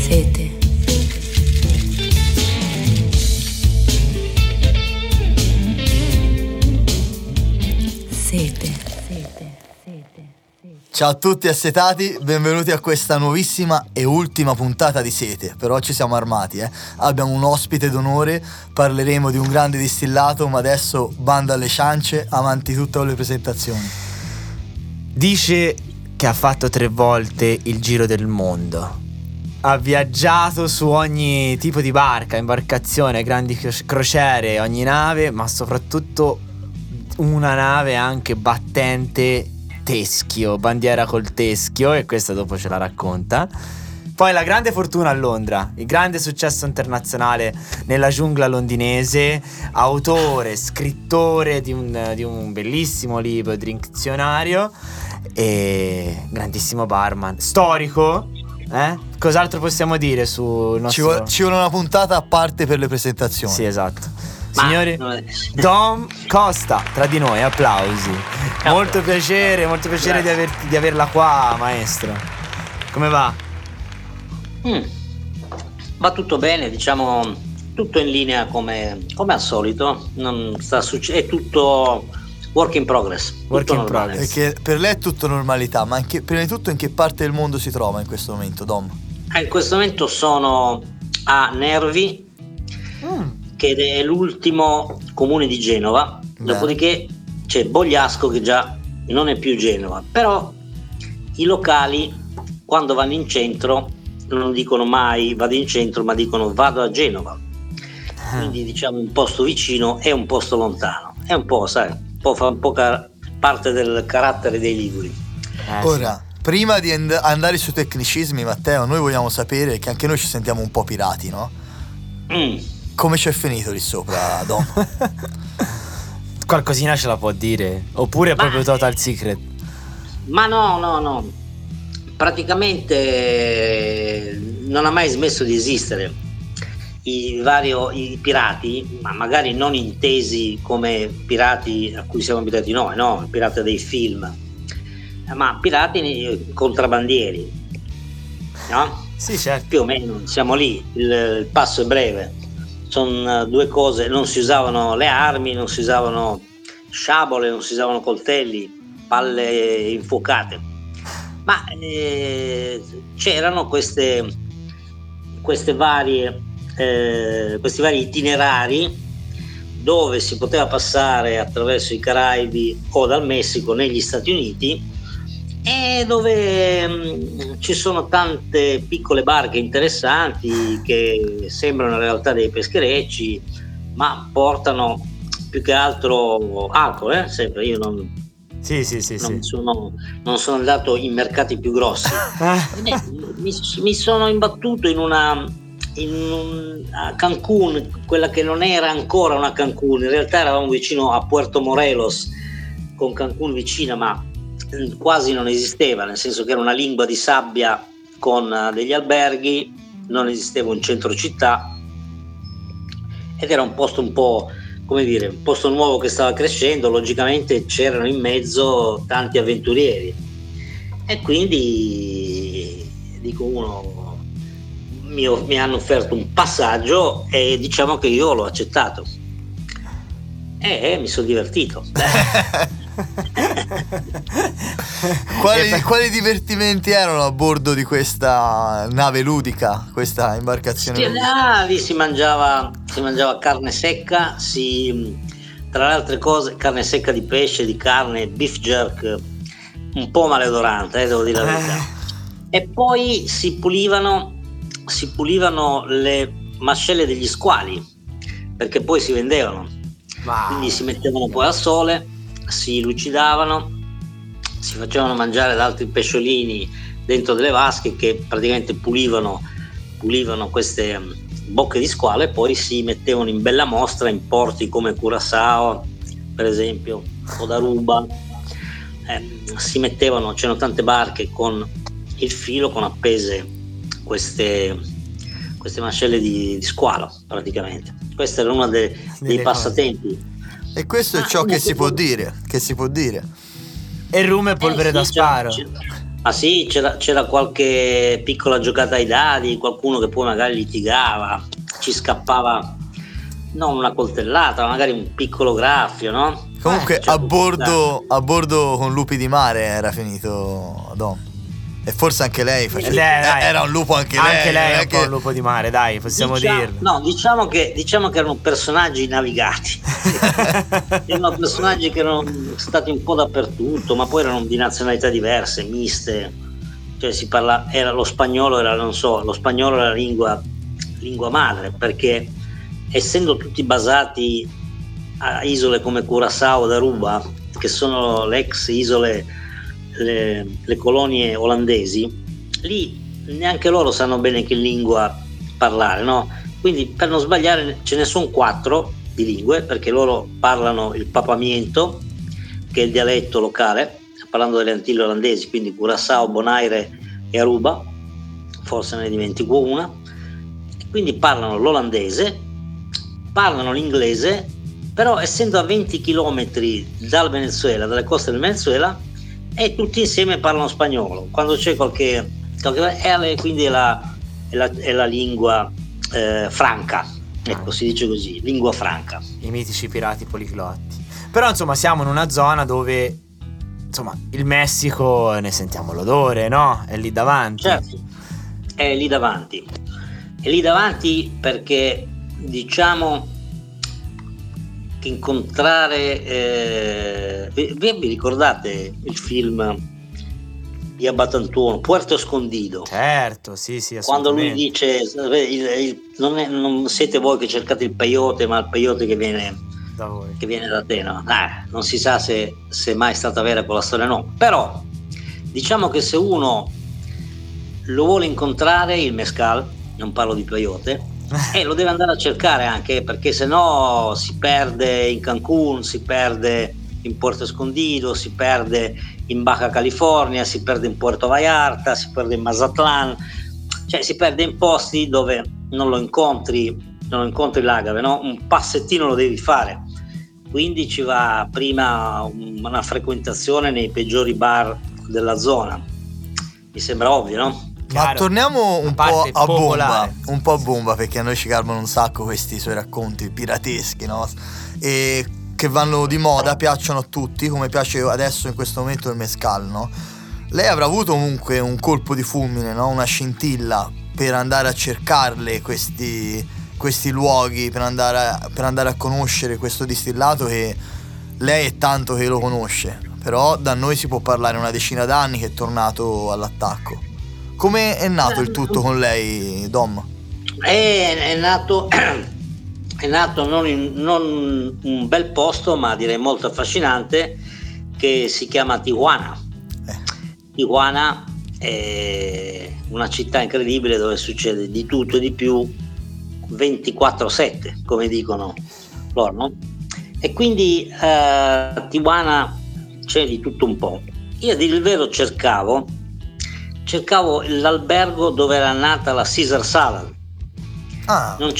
Sete. Sete. Ciao a tutti assetati, benvenuti a questa nuovissima e ultima puntata di Sete. Per oggi siamo armati, abbiamo un ospite d'onore, parleremo di un grande distillato, ma adesso bando alle ciance, avanti tutte le presentazioni. Dice che ha fatto 3 volte il giro del mondo. Ha viaggiato su ogni tipo di barca, imbarcazione, grandi crociere, ogni nave, ma soprattutto una nave anche battente, Teschio, bandiera col Teschio, e questa dopo ce la racconta. Poi la grande fortuna a Londra, il grande successo internazionale nella giungla londinese, autore, scrittore di un bellissimo libro, Diczionario, e grandissimo barman, storico. Cos'altro possiamo dire sul nostro... Ci vuole una puntata a parte per le presentazioni. Sì, esatto. Signori, Dom Costa tra di noi, applausi. Molto piacere di averla qua, maestro. Come va? Va tutto bene, diciamo, tutto in linea come al solito. Non sta è tutto work in progress. Perché per lei è tutto normalità, ma anche, prima di tutto, in che parte del mondo si trova in questo momento, Dom? In questo momento sono a Nervi, che è l'ultimo comune di Genova. Dopodiché c'è Bogliasco, che già non è più Genova, però i locali quando vanno in centro non dicono mai vado in centro, ma dicono vado a Genova. Quindi diciamo un posto vicino e un posto lontano. È un po', sai, fa un po' parte del carattere dei liguri. Ora, prima di andare sui tecnicismi, Matteo, noi vogliamo sapere, che anche noi ci sentiamo un po' pirati, no? Come c'è finito lì sopra, Dom? Qualcosina ce la può dire? Oppure è proprio total secret? Ma no. Praticamente non ha mai smesso di esistere i pirati, ma magari non intesi come pirati a cui siamo abituati noi, no? Pirati dei film, ma pirati contrabbandieri, no? Sì, certo. Più o meno siamo lì, il passo è breve. Sono due cose, non si usavano le armi, non si usavano sciabole, non si usavano coltelli, palle infuocate, ma c'erano questi vari itinerari dove si poteva passare attraverso i Caraibi o dal Messico negli Stati Uniti, e dove ci sono tante piccole barche interessanti che sembrano in realtà dei pescherecci, ma portano più che altro alcol, sempre. Io non sono andato in mercati più grossi. mi sono imbattuto a Cancun, quella che non era ancora una Cancun, in realtà eravamo vicino a Puerto Morelos, con Cancun vicina, ma quasi non esisteva, nel senso che era una lingua di sabbia con degli alberghi, non esisteva un centro città ed era un posto un po', come dire, un posto nuovo che stava crescendo. Logicamente c'erano in mezzo tanti avventurieri e quindi mi hanno offerto un passaggio e diciamo che io l'ho accettato e mi sono divertito. Quali divertimenti erano a bordo di questa nave ludica, questa imbarcazione ludica? Lì si mangiava carne secca, tra le altre cose carne secca di pesce, di carne, beef jerk, un po' maleodorante, devo dire la verità. E poi si pulivano le mascelle degli squali, perché poi si vendevano. Quindi si mettevano poi al sole, si lucidavano, si facevano mangiare da altri pesciolini dentro delle vasche che praticamente pulivano queste bocche di squalo, e poi si mettevano in bella mostra in porti come Curaçao, per esempio, o d'Aruba. C'erano tante barche con il filo, con appese queste mascelle di squalo, praticamente. Questo era uno dei passatempi. E questo è ciò che si può dire. E rum e polvere da sparo. Ah sì, c'era qualche piccola giocata ai dadi, qualcuno che poi magari litigava, ci scappava non una coltellata, ma magari un piccolo graffio, no? Comunque Cioè, a bordo con lupi di mare era finito Dom. E forse anche lei dai. era un lupo anche lei. Anche lei è un che... po' un lupo di mare, dai, possiamo dirlo. No, diciamo che erano personaggi navigati. Erano personaggi che erano stati un po' dappertutto, ma poi erano di nazionalità diverse, miste. Cioè era lo spagnolo, lo spagnolo era lingua madre, perché essendo tutti basati a isole come Curaçao ed Aruba, che sono le ex isole, le colonie olandesi, lì neanche loro sanno bene che lingua parlare, no? Quindi per non sbagliare ce ne sono 4 di lingue, perché loro parlano il papamiento, che è il dialetto locale, parlando delle Antille olandesi, quindi Curaçao, Bonaire e Aruba, forse ne dimentico una, quindi parlano l'olandese, parlano l'inglese, però essendo a 20 km dal Venezuela, dalle coste del Venezuela, e tutti insieme parlano spagnolo. Quando c'è qualche quindi è la lingua franca, ecco, si dice così, lingua franca. I mitici pirati poliglotti. Però insomma siamo in una zona dove insomma il Messico ne sentiamo l'odore, no? È lì davanti. Certo, è lì davanti. È lì davanti perché diciamo che incontrare vi ricordate il film di Abatantuono, Puerto Escondido? Certo, sì, quando lui assolutamente. dice non siete voi che cercate il peyote, ma il peyote che viene Da voi. che viene da te, no? Non si sa se è mai stata vera quella storia, no. Però diciamo che se uno lo vuole incontrare, il mezcal, non parlo di peyote, lo deve andare a cercare, anche perché sennò si perde in Cancun, si perde in Puerto Escondido, si perde in Baja California, si perde in Puerto Vallarta, si perde in Mazatlan, cioè si perde in posti dove non lo incontri l'agave, no? Un passettino lo devi fare, quindi ci va prima una frequentazione nei peggiori bar della zona, mi sembra ovvio, no? Ma Chiaro, torniamo un po' a popolare. bomba, perché a noi ci calmano un sacco questi suoi racconti pirateschi, no? E che vanno di moda, piacciono a tutti, come piace adesso in questo momento il mezcal, no? Lei avrà avuto comunque un colpo di fulmine, no? Una scintilla per andare a cercarle questi luoghi, per andare a conoscere questo distillato che lei è tanto che lo conosce, però da noi si può parlare una decina d'anni che è tornato all'attacco. Come è nato il tutto con lei, Dom? È nato non un bel posto, ma direi molto affascinante, che si chiama Tijuana. Tijuana è una città incredibile dove succede di tutto e di più 24/7, come dicono loro, no? E quindi a Tijuana c'è di tutto un po'. Io a dire il vero cercavo l'albergo dove era nata la Caesar Salad. Non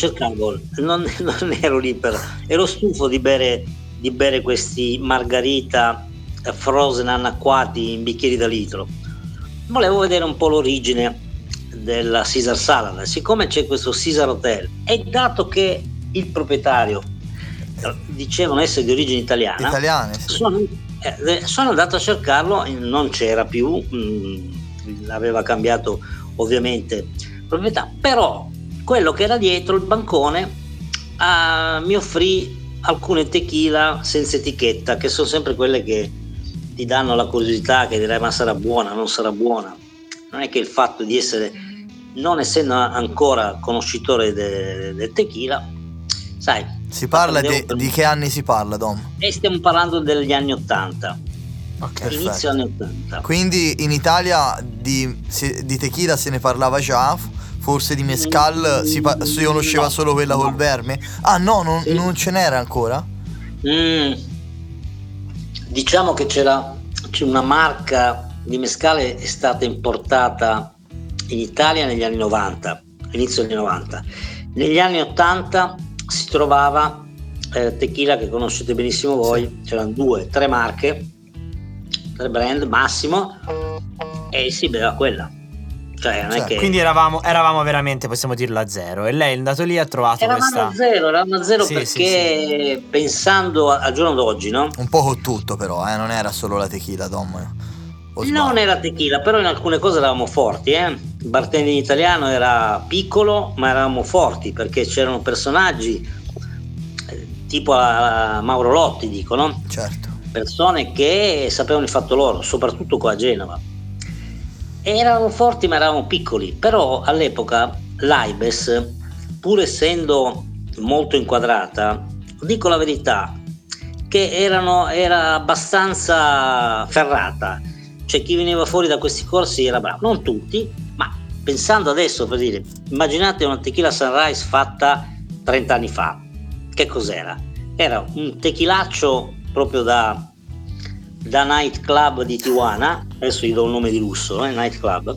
ero lì ero stufo di bere questi margarita frozen annacquati in bicchieri da litro. Volevo vedere un po' l'origine della Caesar Salad. Siccome c'è questo Caesar Hotel, e dato che il proprietario dicevano essere di origine italiane, sì. Sono andato a cercarlo, non c'era più, aveva cambiato ovviamente proprietà, però quello che era dietro il bancone mi offrì alcune tequila senza etichetta, che sono sempre quelle che ti danno la curiosità, che direi ma sarà buona, non sarà buona. Non è che il fatto di essere, non essendo ancora conoscitore del tequila, sai, si parla di che anni si parla, Dom? E stiamo parlando degli anni 80. Okay, inizio anni 80. Quindi in Italia di tequila se ne parlava già, forse di mezcal si conosceva solo quella col verme? Non ce n'era ancora? Diciamo che c'è una marca di mezcale, è stata importata in Italia negli anni 90, inizio anni 90. Negli anni 80 si trovava tequila che conoscete benissimo voi, c'erano 2-3 marche, 3 brand massimo, Sì, beveva quella. Cioè, non è che... Quindi eravamo veramente, possiamo dirlo, a zero. E lei è andato lì e ha trovato Eravamo a zero Sì, perché pensando al giorno d'oggi, no? Un po' con tutto però, non era solo la tequila, Dom. Non era tequila, però in alcune cose eravamo forti, Il bartending italiano era piccolo, ma eravamo forti perché c'erano personaggi tipo a Mauro Lotti, dico, no? Certo. Persone che sapevano il fatto loro, soprattutto qua a Genova. Eravamo forti, ma eravamo piccoli. Però all'epoca l'Aibes, pur essendo molto inquadrata, dico la verità, che era abbastanza ferrata. Cioè chi veniva fuori da questi corsi era bravo, non tutti, ma pensando adesso, per dire, immaginate una tequila Sunrise fatta 30 anni fa, che cos'era? Era un tequilaccio proprio da nightclub di Tijuana, adesso gli do un nome di lusso, nightclub.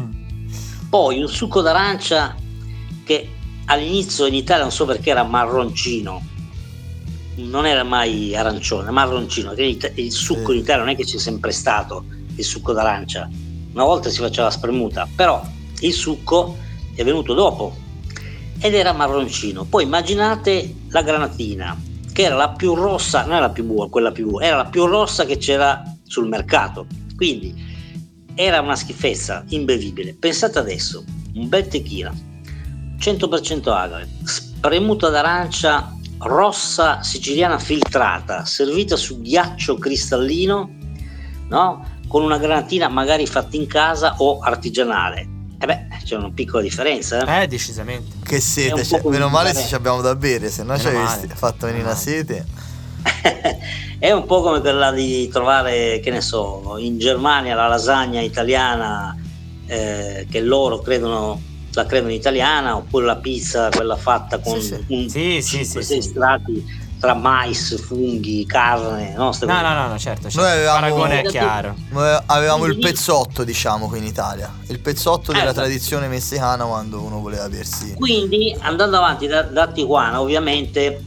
Poi un succo d'arancia che all'inizio in Italia non so perché era marroncino, non era mai arancione, marroncino. Il succo in Italia non è che c'è sempre stato il succo d'arancia, una volta si faceva spremuta, però il succo è venuto dopo ed era marroncino. Poi immaginate la granatina, che era la più rossa, non era la più buona, quella più buona, era la più rossa che c'era sul mercato, quindi era una schifezza imbevibile. Pensate adesso, un bel tequila 100% agave, spremuta d'arancia rossa siciliana filtrata, servita su ghiaccio cristallino, no? Con una granatina magari fatta in casa o artigianale. C'è una piccola differenza. Decisamente. Che sete, meno male se ci abbiamo da bere, se no ci avresti fatto venire la sete. È un po' come quella di trovare, che ne so, in Germania la lasagna italiana, che loro la credono italiana, oppure la pizza, quella fatta con 5-6 strati tra mais, funghi, carne, no? No, certo. Noi il paragone è chiaro. Noi avevamo il pezzotto, diciamo, qui in Italia. Il pezzotto della tradizione messicana quando uno voleva bersi. Quindi, andando avanti da Tijuana, ovviamente,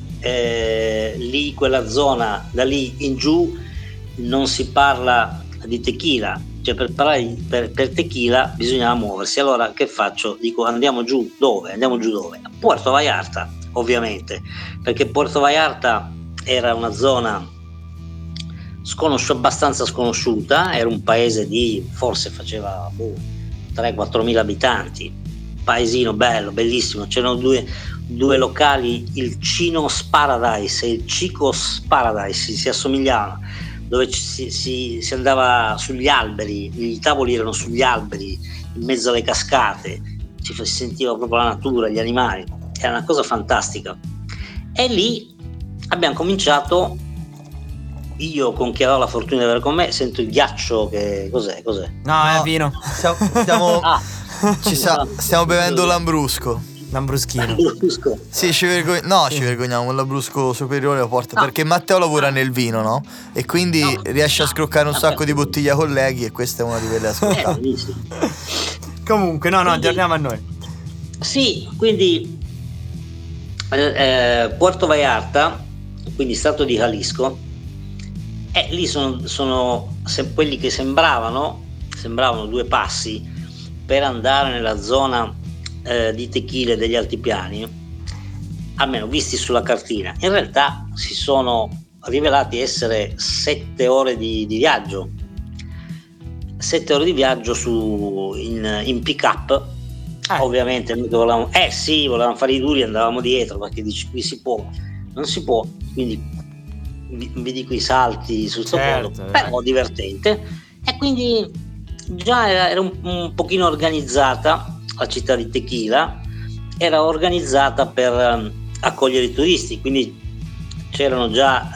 lì quella zona, da lì in giù, non si parla di tequila. Cioè per parlare per tequila bisognava muoversi. Allora che faccio? Dico andiamo giù dove? Andiamo giù dove? A Puerto Vallarta, ovviamente, perché Puerto Vallarta era una zona abbastanza sconosciuta, era un paese di forse faceva 3-4 mila abitanti, paesino bello, bellissimo. C'erano due locali, il Chino's Paradise e il Chico's Paradise, si assomigliavano, dove si andava sugli alberi, i tavoli erano sugli alberi, in mezzo alle cascate, si sentiva proprio la natura, gli animali, era una cosa fantastica. E lì abbiamo cominciato, io con chi avevo la fortuna di avere con me, sento il ghiaccio, che cos'è? No, è vino. Stiamo bevendo Lambrusco. Lambruschino. Sì, ci vergogniamo, un Lambrusco superiore lo porta, perché Matteo lavora nel vino, no? E quindi riesce a scroccare un sacco di bottiglie ai colleghi, e questa è una di quelle a scroccare. Comunque, torniamo a noi. Sì, quindi Puerto Vallarta, quindi stato di Jalisco, lì sono quelli che sembravano 2 passi per andare nella zona di tequila degli altipiani, almeno visti sulla cartina. In realtà si sono rivelati essere 7 ore di viaggio, 7 ore di viaggio in pick up. Ovviamente noi volevamo fare i duri, andavamo dietro, perché dici qui si può, non si può, quindi vedi quei salti sul sottofondo, però divertente. E quindi già era un pochino organizzata la città di Tequila, era organizzata per accogliere i turisti, quindi c'erano già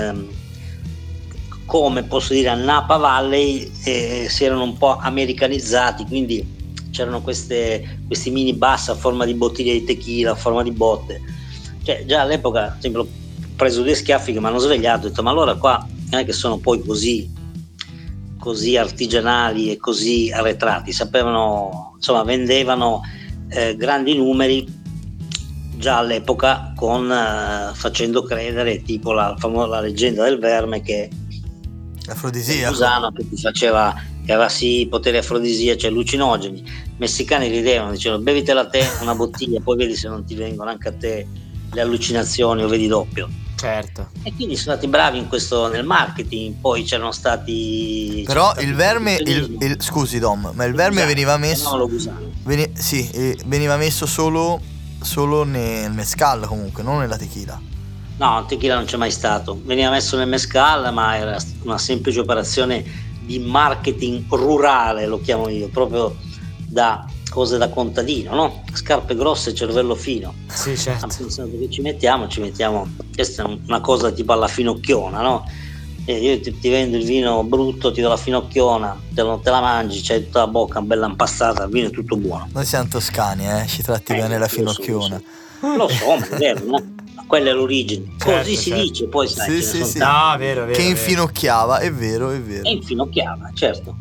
come posso dire a Napa Valley, si erano un po' americanizzati, quindi c'erano questi mini bus a forma di bottiglie di tequila, a forma di botte. Cioè già all'epoca sempre ho preso 2 schiaffi che mi hanno svegliato, ho detto ma allora qua non è che sono poi così artigianali e così arretrati, sapevano, insomma vendevano grandi numeri già all'epoca, facendo credere tipo la leggenda del verme, che afrodisia, Susano, che ti faceva che aveva sì poteri afrodisiaci, allucinogeni. I messicani ridevano, dicevano bevitela te una bottiglia, poi vedi se non ti vengono anche a te le allucinazioni o vedi doppio. Certo. E quindi sono stati bravi in questo, nel marketing. Poi c'erano stati. Però il verme, scusi Dom, ma il verme veniva messo. Veniva messo solo nel mezcal comunque, non nella tequila. No, il tequila non c'è mai stato. Veniva messo nel mezcal, ma era una semplice operazione di marketing rurale, lo chiamo io, proprio da cose da contadino, no? Scarpe grosse, cervello fino. Sì, certo. Pensando che ci mettiamo, questa è una cosa tipo alla finocchiona, no? Io ti vendo il vino brutto, ti do la finocchiona, non te la mangi, c'hai tutta la bocca bella impastata, il vino è tutto buono. Noi siamo toscani, ci tratti bene la finocchiona. Lo so, ma è vero, no? Quella è l'origine. Certo, così si dice, poi sai, sì. No, vero. Che infinocchiava, è vero. E infinocchiava, certo.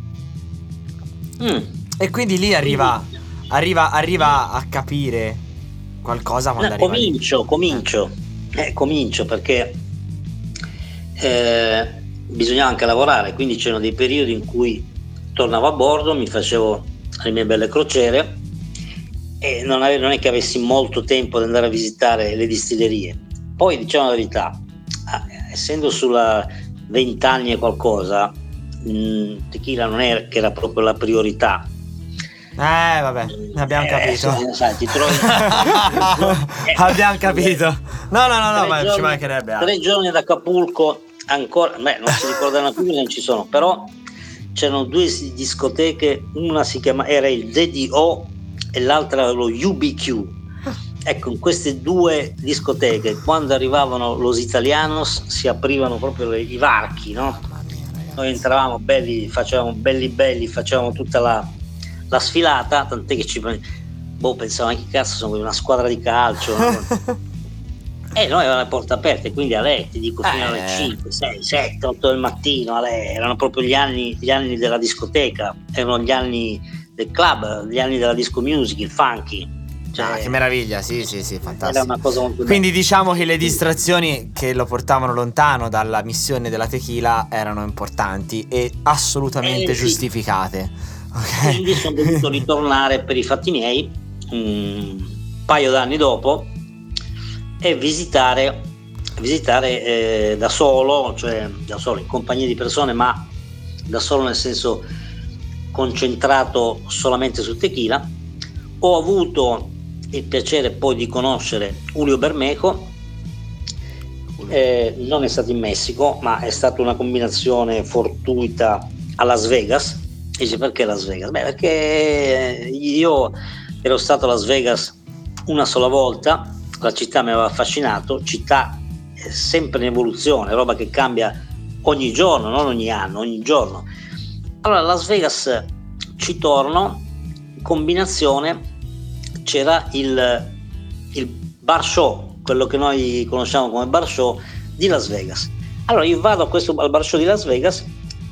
E quindi lì arriva a capire qualcosa quando arriva comincio perché bisognava anche lavorare, quindi c'erano dei periodi in cui tornavo a bordo, mi facevo le mie belle crociere e non è che avessi molto tempo di andare a visitare le distillerie. Poi, diciamo la verità, essendo sulla 20 anni e qualcosa, tequila non era che era proprio la priorità. Vabbè, abbiamo capito. Sai, ti trovi abbiamo capito. No, ma ci mancherebbe. 3 giorni ad Acapulco ancora, non si ricordano più, non ci sono, però c'erano 2 discoteche, una era il DDO e l'altra lo UBQ. Ecco, in queste 2 discoteche, quando arrivavano los italianos, si aprivano proprio i varchi, no? Noi entravamo belli, facevamo tutta la sfilata, tant'è che pensavamo che cazzo sono una squadra di calcio, no? E noi avevamo le porte aperte, quindi a lei ti dico fino alle 5, 6, 7, 8 del mattino, erano proprio gli anni della discoteca, erano gli anni del club, gli anni della disco music, il funky. Che meraviglia, sì, fantastico. Era una cosa molto Quindi diciamo che le distrazioni che lo portavano lontano dalla missione della tequila erano importanti e assolutamente giustificate. Okay. Quindi sono dovuto ritornare per i fatti miei un paio d'anni dopo e visitare da solo, cioè da solo in compagnia di persone, ma da solo nel senso concentrato solamente sul tequila. Ho avuto il piacere poi di conoscere Julio Bermejo, non è stato in Messico, ma è stata una combinazione fortuita a Las Vegas. Dice, perché Las Vegas? Perché io ero stato a Las Vegas una sola volta, la città mi aveva affascinato, città sempre in evoluzione, roba che cambia ogni giorno, non ogni anno, ogni giorno. Allora a Las Vegas ci torno, in combinazione c'era il bar show, quello che noi conosciamo come bar show di Las Vegas. Allora io vado al bar show di Las Vegas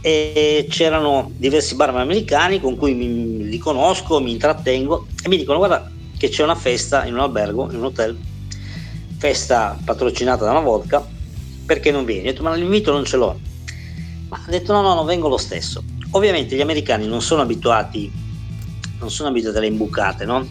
e c'erano diversi barman americani con cui li conosco, mi intrattengo e mi dicono: guarda che c'è una festa in un albergo, in un hotel, festa patrocinata da una vodka, perché non vieni? Ho detto: ma l'invito non ce l'ho. Ma ha detto: no, non vengo lo stesso. Ovviamente gli americani non sono abituati alle imbucate, no?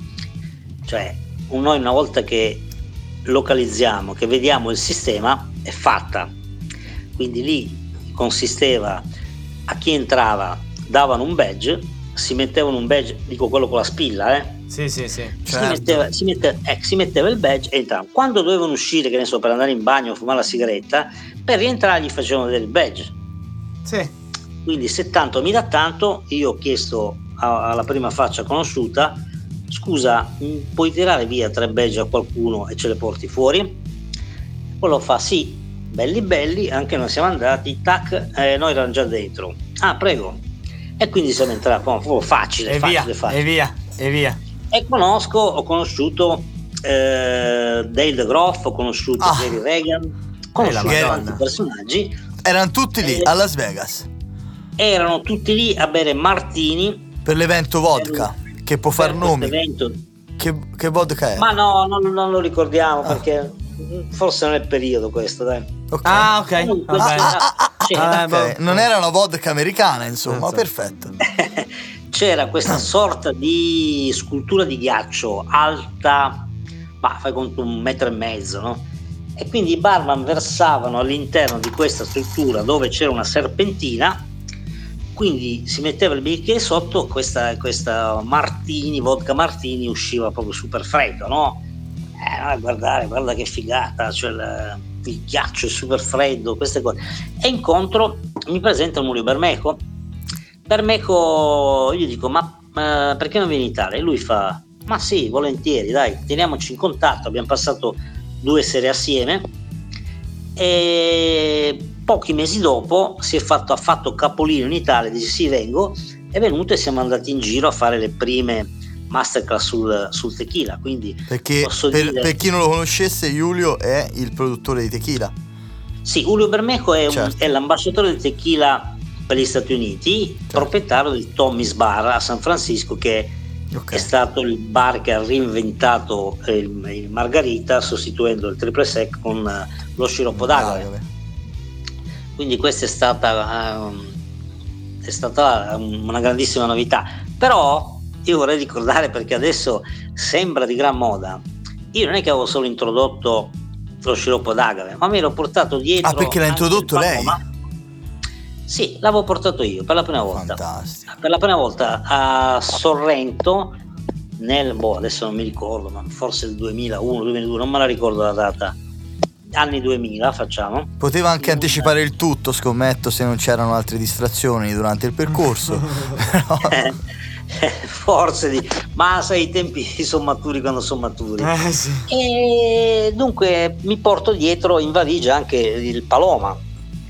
Cioè noi una volta che localizziamo, che vediamo il sistema, è fatta. Quindi lì consisteva, a chi entrava davano un badge, si mettevano un badge, dico quello con la spilla, Sì, certo. si metteva il badge e entrava. Quando dovevano uscire, che ne so, per andare in bagno o fumare la sigaretta, per rientrare gli facevano vedere il badge. Sì. Quindi se tanto mi dà tanto, io ho chiesto alla prima faccia conosciuta: scusa, puoi tirare via 3 badge a qualcuno e ce le porti fuori? Quello fa: sì. Belli, anche noi siamo andati, tac, noi eravamo già dentro. Ah, prego. E quindi siamo entrati, facile. E via. E ho conosciuto Dale DeGroff, ho conosciuto Gary Reagan, ho conosciuto tanti personaggi. Erano tutti lì a Las Vegas. Erano tutti lì a bere martini. Per l'evento vodka, che può far nomi. Che vodka è? Ma no, non lo ricordiamo perché forse non è il periodo questo, dai. Okay. Ok. Ok, non era una vodka americana, insomma, perfetto. C'era questa sorta di scultura di ghiaccio alta, ma fai conto 1,5 metri, no? E quindi i barman versavano all'interno di questa struttura dove c'era una serpentina, quindi si metteva il bicchiere sotto, questa martini, vodka martini, usciva proprio super freddo, no? Guarda che figata, cioè il ghiaccio è super freddo, queste cose. E incontro mi presenta Mulio Bermejo. Io dico ma perché non vieni in Italia? E lui fa ma sì, volentieri, dai, teniamoci in contatto. Abbiamo passato 2 sere assieme e pochi mesi dopo ha fatto capolino in Italia, dice sì, vengo, è venuto e siamo andati in giro a fare le prime masterclass sul tequila. Quindi perché per chi non lo conoscesse, Julio è il produttore di tequila. Sì, Julio Bermejo è l'ambasciatore del tequila per gli Stati Uniti, proprietario del Tommy's Bar a San Francisco, che è stato il bar che ha reinventato il margarita sostituendo il triple sec con lo sciroppo d'agave. Quindi questa è stata una grandissima novità. Però io vorrei ricordare, perché adesso sembra di gran moda, io non è che avevo solo introdotto lo sciroppo d'agave, ma mi ero portato dietro. Perché l'ha introdotto lei? Sì, l'avevo portato io per la prima volta. Fantastico. Per la prima volta a Sorrento adesso non mi ricordo, ma forse il 2001, 2002, non me la ricordo la data. Anni 2000 facciamo. Poteva anche anticipare il tutto, scommetto, se non c'erano altre distrazioni durante il percorso. Forse ma sai, i tempi sono maturi quando sono maturi. Sì. E dunque mi porto dietro in valigia anche il Paloma.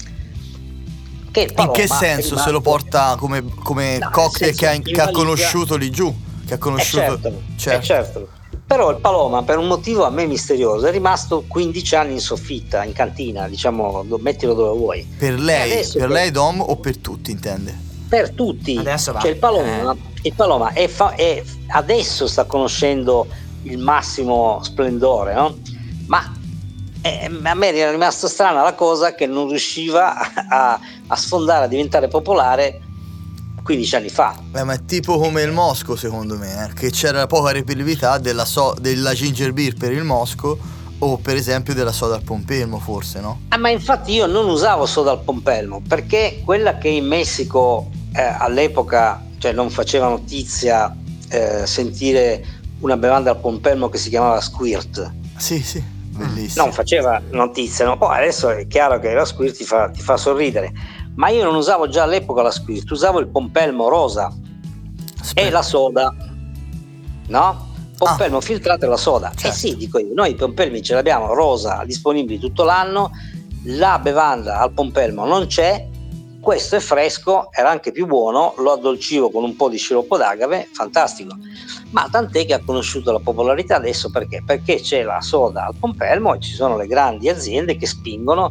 In che senso? Se lo porta come cocktail che ha conosciuto lì giù? Che ha conosciuto. Certo. Però il Paloma, per un motivo a me misterioso, è rimasto 15 anni in soffitta, in cantina, diciamo, mettilo dove vuoi. Per lei Dom, o per tutti, intende? Per tutti. Adesso va. Cioè il Paloma adesso sta conoscendo il massimo splendore, no? Ma a me era rimasto strana la cosa che non riusciva a sfondare, a diventare popolare 15 anni fa. Ma è tipo come il Mosco, secondo me, che c'era poca reperibilità della ginger beer per il Mosco, o per esempio della soda al pompelmo, forse, no? Ma infatti io non usavo soda al pompelmo, perché quella che in Messico all'epoca, cioè, non faceva notizia sentire una bevanda al pompelmo che si chiamava Squirt. Sì, bellissimo. Non faceva notizia, no? Poi adesso è chiaro che la Squirt ti fa sorridere, ma io non usavo già all'epoca la Squirt, usavo il pompelmo rosa. E la soda, no? Pompelmo filtrato e la soda. Certo. Sì, dico io, noi i pompelmi ce l'abbiamo rosa disponibili tutto l'anno, la bevanda al pompelmo non c'è. Questo è fresco, era anche più buono, lo addolcivo con un po' di sciroppo d'agave, fantastico. Ma tant'è che ha conosciuto la popolarità adesso, perché c'è la soda al pompelmo e ci sono le grandi aziende che spingono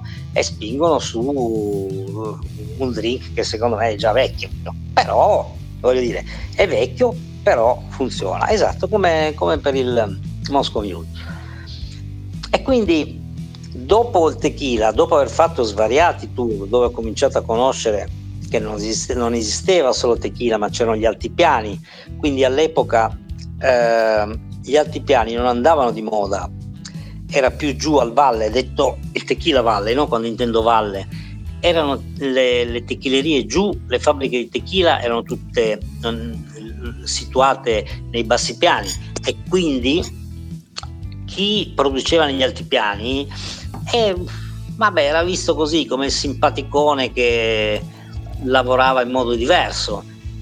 su un drink che secondo me è già vecchio, però voglio dire, è vecchio però funziona, esatto come per il Moscow Mule. E quindi dopo il tequila, dopo aver fatto svariati tour dove ho cominciato a conoscere che non esisteva solo tequila, ma c'erano gli altipiani, quindi all'epoca gli altipiani non andavano di moda, era più giù al valle, detto il tequila valle, no? Quando intendo valle, erano le tequilerie giù, le fabbriche di tequila erano tutte situate nei bassi piani, e quindi chi produceva negli altipiani era visto così come il simpaticone che lavorava in modo diverso.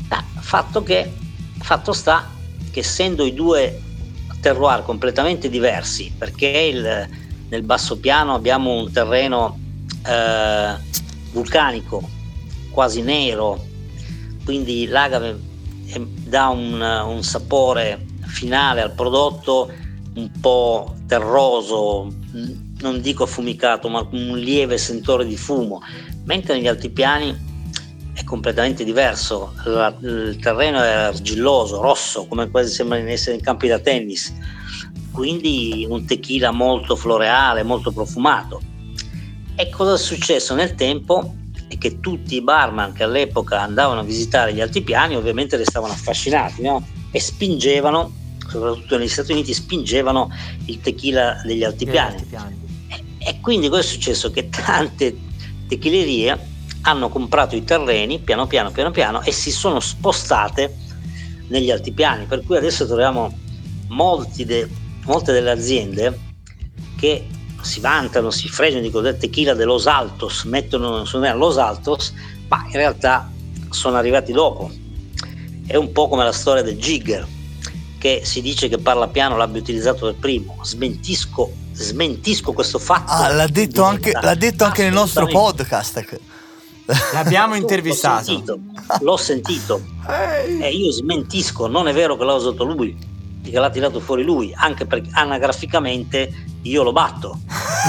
Fatto sta che, essendo i due terroir completamente diversi, perché nel basso piano abbiamo un terreno vulcanico quasi nero, quindi l'agave dà un sapore finale al prodotto un po' terroso, non dico affumicato, ma un lieve sentore di fumo, mentre negli altipiani è completamente diverso. Il terreno è argilloso, rosso, come quasi sembra di essere in campi da tennis, quindi un tequila molto floreale, molto profumato. E cosa è successo nel tempo? È che che tutti i barman che all'epoca andavano a visitare gli altipiani ovviamente restavano affascinati, no? E spingevano, soprattutto negli Stati Uniti, spingevano il tequila degli altipiani. E quindi cosa è successo? Che tante tequilerie hanno comprato i terreni piano piano e si sono spostate negli altipiani, per cui adesso troviamo molte delle aziende che si vantano, si fregiano del tequila de Los Altos, mettono su Los Altos, ma in realtà sono arrivati dopo. È un po' come la storia del Jigger, che si dice che Parlapiano l'abbia utilizzato per primo. Smentisco questo fatto. L'ha detto anche nel nostro podcast. L'abbiamo intervistato. L'ho sentito. E io smentisco, non è vero che l'ha usato lui, che l'ha tirato fuori lui, anche perché anagraficamente io lo batto.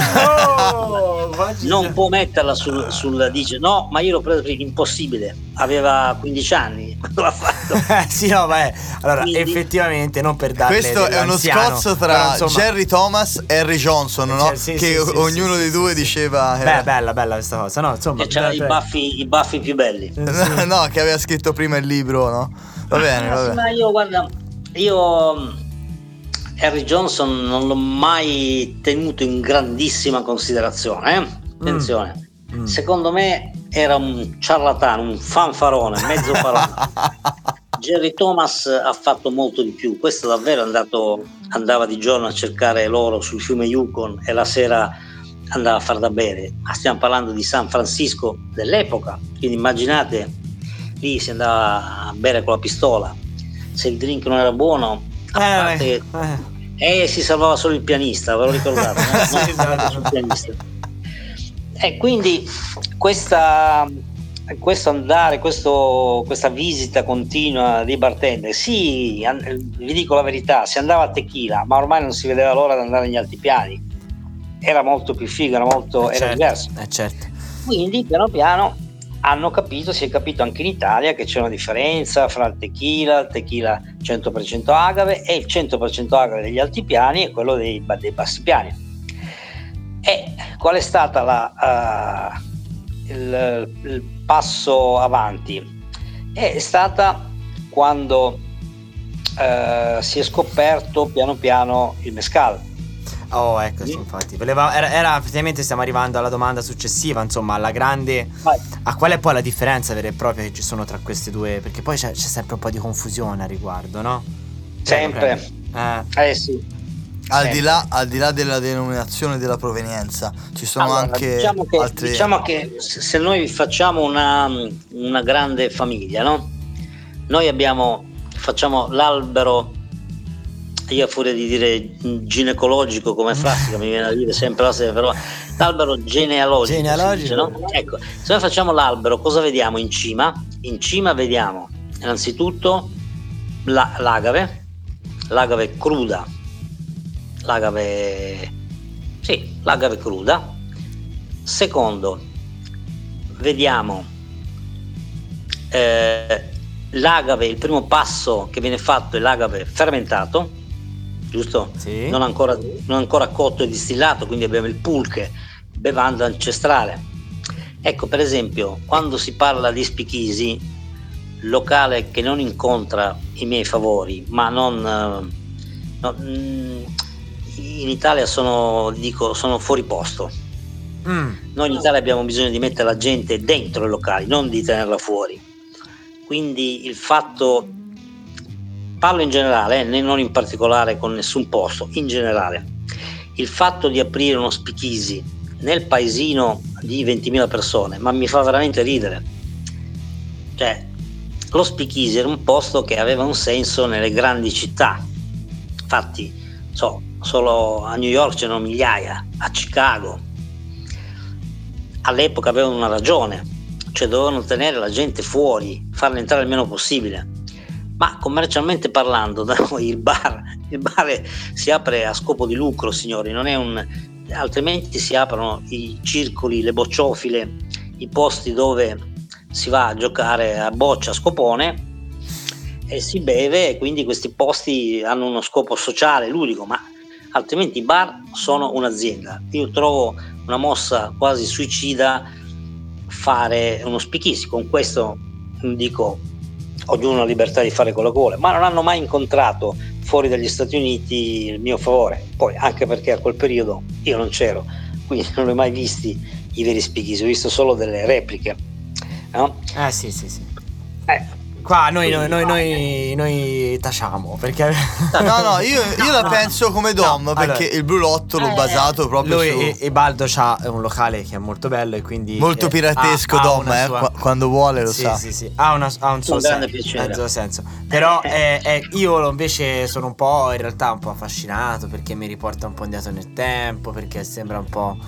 Non può metterla sul dice no, ma io l'ho preso prima, impossibile, aveva 15 anni quando l'ha fatto. Sì, no, allora quindi, effettivamente non per darle questo è uno scozzo tra Jerry Thomas e Harry Johnson, no? Che ognuno dei due diceva bella questa cosa, no? Insomma, che c'era i baffi più belli. No, che aveva scritto prima il libro, no? Va bene. Sì, ma io Harry Johnson non l'ho mai tenuto in grandissima considerazione, attenzione. Secondo me era un ciarlatano, un fanfarone, mezzo farone. Jerry Thomas ha fatto molto di più. Questo davvero andava di giorno a cercare l'oro sul fiume Yukon e la sera andava a far da bere. Ma stiamo parlando di San Francisco dell'epoca, quindi immaginate, lì si andava a bere con la pistola. Se il drink non era buono, si salvava solo il pianista, ve lo ricordate? No? Il pianista. E quindi questa visita continua di bartender, sì, vi dico la verità, si andava a tequila, ma ormai non si vedeva l'ora di andare negli altipiani, era molto più figo, era diverso. Certo. Quindi piano piano si è capito anche in Italia che c'è una differenza fra il tequila 100% agave e il 100% agave degli altipiani e quello dei bassi piani. E qual è stata il passo avanti? È stata quando si è scoperto piano piano il mezcal. Oh, ecco, sì, infatti. Era effettivamente, stiamo arrivando alla domanda successiva, insomma, alla grande. Vai. A qual è poi la differenza vera e propria che ci sono tra queste due? Perché poi c'è sempre un po' di confusione a riguardo, no? Sempre. Sì. Al di là della denominazione della provenienza, ci sono anche altre. Diciamo che se noi facciamo una grande famiglia, no? Noi facciamo l'albero. Io a furia di dire ginecologico come plastica mi viene a dire sempre però l'albero genealogico. Dice, no? Ecco, se noi facciamo l'albero, cosa vediamo in cima? In cima vediamo innanzitutto l'agave cruda, l'agave cruda. Secondo, vediamo l'agave, il primo passo che viene fatto è l'agave fermentato, giusto? Sì. Non ancora cotto e distillato, quindi abbiamo il pulque, bevanda ancestrale. Ecco, per esempio, quando si parla di Speakeasy, locale che non incontra i miei favori, ma in Italia sono fuori posto. Noi in Italia abbiamo bisogno di mettere la gente dentro i locali, non di tenerla fuori. Quindi il fatto, parlo in generale, non in particolare con nessun posto, in generale, il fatto di aprire uno Speakeasy nel paesino di 20.000 persone, ma mi fa veramente ridere. Cioè, lo Speakeasy era un posto che aveva un senso nelle grandi città. Infatti, solo a New York c'erano migliaia, a Chicago. All'epoca avevano una ragione. Cioè dovevano tenere la gente fuori, farla entrare il meno possibile. Ma commercialmente parlando, da noi il bar si apre a scopo di lucro, signori, altrimenti si aprono i circoli, le bocciofile, i posti dove si va a giocare a boccia, a scopone e si beve, e quindi questi posti hanno uno scopo sociale, ludico, ma altrimenti i bar sono un'azienda. Io trovo una mossa quasi suicida fare uno speakeasy. Con questo dico, ognuno ha libertà di fare quello che vuole, ma non hanno mai incontrato fuori dagli Stati Uniti il mio favore, poi anche perché a quel periodo io non c'ero, quindi non ho mai visti i veri speakeasy, ho visto solo delle repliche, no? Sì. Qua noi tacciamo perché No, io la penso come Dom, No, perché allora, il Blue Lotto l'ho basato proprio lui su e Baldo c'ha un locale che è molto bello e quindi molto piratesco. ha Dom, una sua... quando vuole lo sì, sa. sì. Ha un suo grande piacere. mezzo senso. Però io invece sono un po' in realtà un po' affascinato perché mi riporta un po' indietro nel tempo, perché sembra un po'...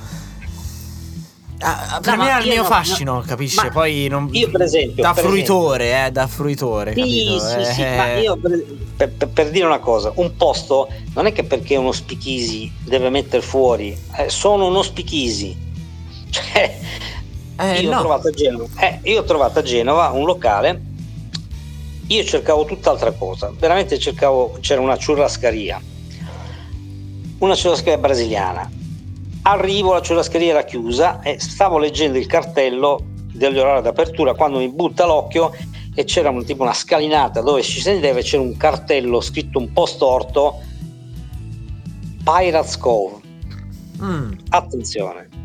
per me è il mio fascino, capisci? Poi non... io per esempio da fruitore, capito? Sì, ma io per dire una cosa, un posto non è che perché uno speakeasy deve mettere fuori, sono uno speakeasy, cioè io ho trovato a Genova un locale, io cercavo tutt'altra cosa, veramente c'era una churrascaria brasiliana. Arrivo, la churrascaria era chiusa e stavo leggendo il cartello degli orari d'apertura quando mi butta l'occhio e c'era tipo una scalinata dove ci sedeva e c'era un cartello scritto un po' storto, Pirates Cove. Attenzione,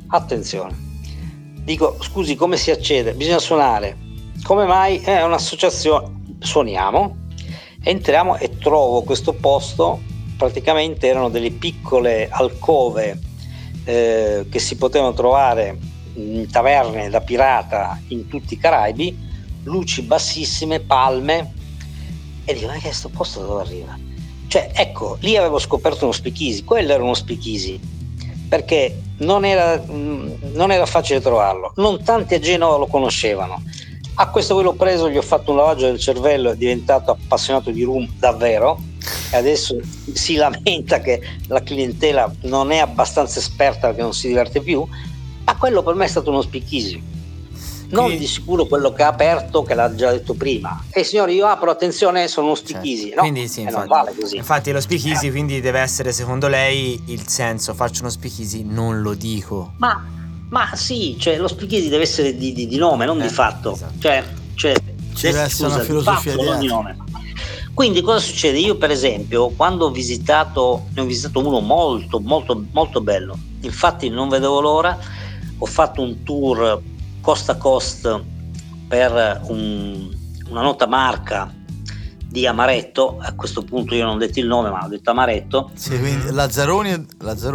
dico scusi, come si accede? Bisogna suonare. Come mai? È un'associazione. Suoniamo, entriamo e trovo questo posto, praticamente erano delle piccole alcove che si potevano trovare in taverne da pirata in tutti i Caraibi, luci bassissime, palme, e dico, ma che sto posto dove arriva? Cioè, ecco, lì avevo scoperto uno speakeasy, quello era uno speakeasy, perché non era facile trovarlo, non tanti a Genova lo conoscevano. A questo l'ho preso, gli ho fatto un lavaggio del cervello, è diventato appassionato di rum davvero, e adesso si lamenta che la clientela non è abbastanza esperta perché non si diverte più, ma quello per me è stato uno speakeasy. Non di sicuro quello che ha aperto, che l'ha già detto prima. Signori, io apro, attenzione, sono uno speakeasy. Certo. No, quindi sì, infatti, non vale così. Infatti lo speakeasy quindi deve essere, secondo lei, il senso, faccio uno speakeasy, non lo dico. Ma sì, cioè lo speakeasy deve essere di nome, non di fatto. Esatto. Cioè ci deve essere una filosofia di nome. Quindi cosa succede? Io per esempio quando ne ho visitato uno molto molto molto bello, infatti non vedevo l'ora, ho fatto un tour coast a coast per una nota marca di amaretto, a questo punto io non ho detto il nome ma ho detto amaretto. Sì, quindi Lazzaroni.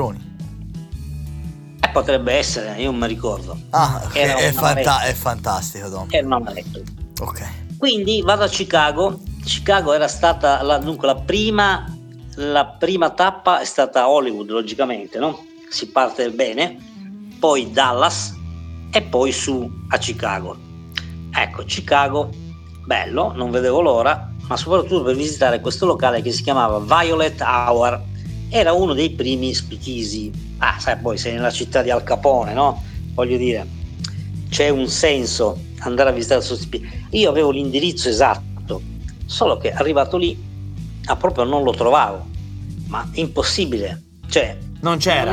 Potrebbe essere, io non mi ricordo. È fantastico, Dom. Era un amaretto. Ok. Quindi vado a Chicago. Chicago era stata dunque la prima tappa è stata Hollywood, logicamente, no? Si parte bene, poi Dallas e poi su a Chicago. Ecco, Chicago, bello, non vedevo l'ora, ma soprattutto per visitare questo locale che si chiamava Violet Hour. Era uno dei primi speakeasy. Sai, poi sei nella città di Al Capone, no? Voglio dire, c'è un senso andare a visitare questo speakeasy. Io avevo l'indirizzo esatto, solo che arrivato lì proprio non lo trovavo, ma impossibile, cioè non c'era.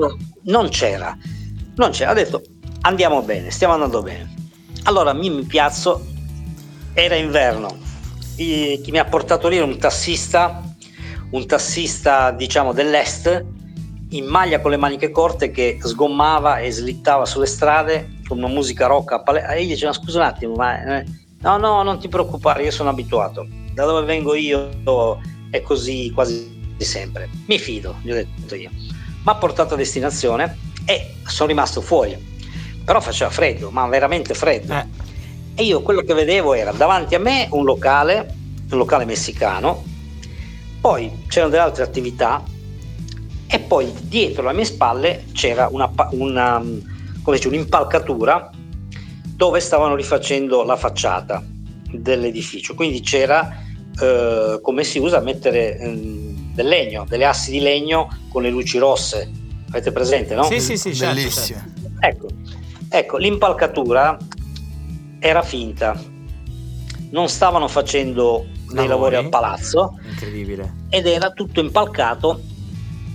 Ho detto andiamo bene, stiamo andando bene. Allora mi piazzo, era inverno, chi mi ha portato lì era un tassista diciamo dell'est, in maglia con le maniche corte, che sgommava e slittava sulle strade con una musica rock e gli diceva scusa un attimo, ma no, non ti preoccupare, io sono abituato, da dove vengo io è così quasi sempre, mi fido, gli ho detto io. Mi ha portato a destinazione e sono rimasto fuori, però faceva freddo, ma veramente freddo. E io quello che vedevo era davanti a me un locale messicano, poi c'erano delle altre attività e poi dietro alle mie spalle c'era un'impalcatura dove stavano rifacendo la facciata dell'edificio, quindi c'era come si usa a mettere del legno, delle assi di legno con le luci rosse, avete presente, no? Sì, bellissime. Certo. Ecco, l'impalcatura era finta, non stavano facendo dei lavori al palazzo, incredibile, ed era tutto impalcato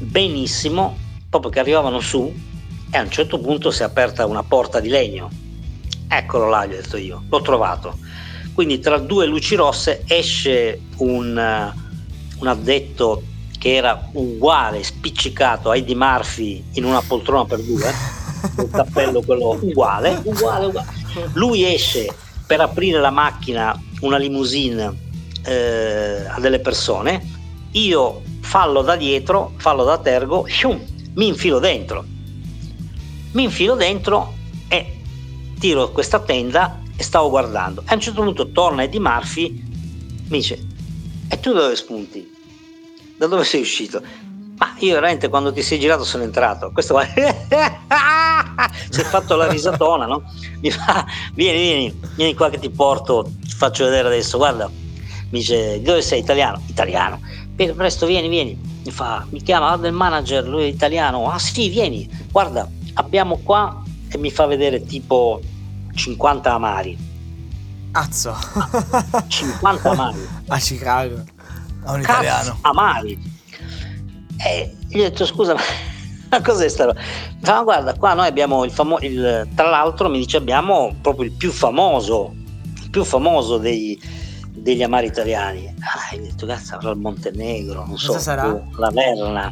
benissimo, proprio che arrivavano su e a un certo punto si è aperta una porta di legno Eccolo là, gli ho detto io, l'ho trovato. Quindi tra due luci rosse esce un addetto che era uguale, spiccicato a Eddie Murphy in Una poltrona per due, col cappello quello uguale. Lui esce per aprire la macchina, una limousine a delle persone, io fallo da dietro, fallo da tergo, mi infilo dentro e tiro questa tenda e stavo guardando. A un certo punto torna Eddie Murphy, mi dice: e tu dove spunti? Da dove sei uscito? Ma io veramente quando ti sei girato sono entrato. Questo qua si è fatto la risatona, no? Mi fa: vieni qua che ti porto, ti faccio vedere adesso, guarda. Mi dice: dove sei? Italiano. Presto vieni. Mi fa, mi chiama, guarda il manager, lui è italiano. Ah sì, vieni, guarda, abbiamo qua, e mi fa vedere tipo 50 amari. Azzo. 50 amari. A Chicago. A un italiano. Amari. E gli ho detto: scusa, ma cos'è sta roba? Ma guarda, qua noi abbiamo tra l'altro mi dice abbiamo proprio il più famoso degli amari italiani. Io ho detto: cazzo, avrà il Montenegro, non so, cosa sarà? La Verna.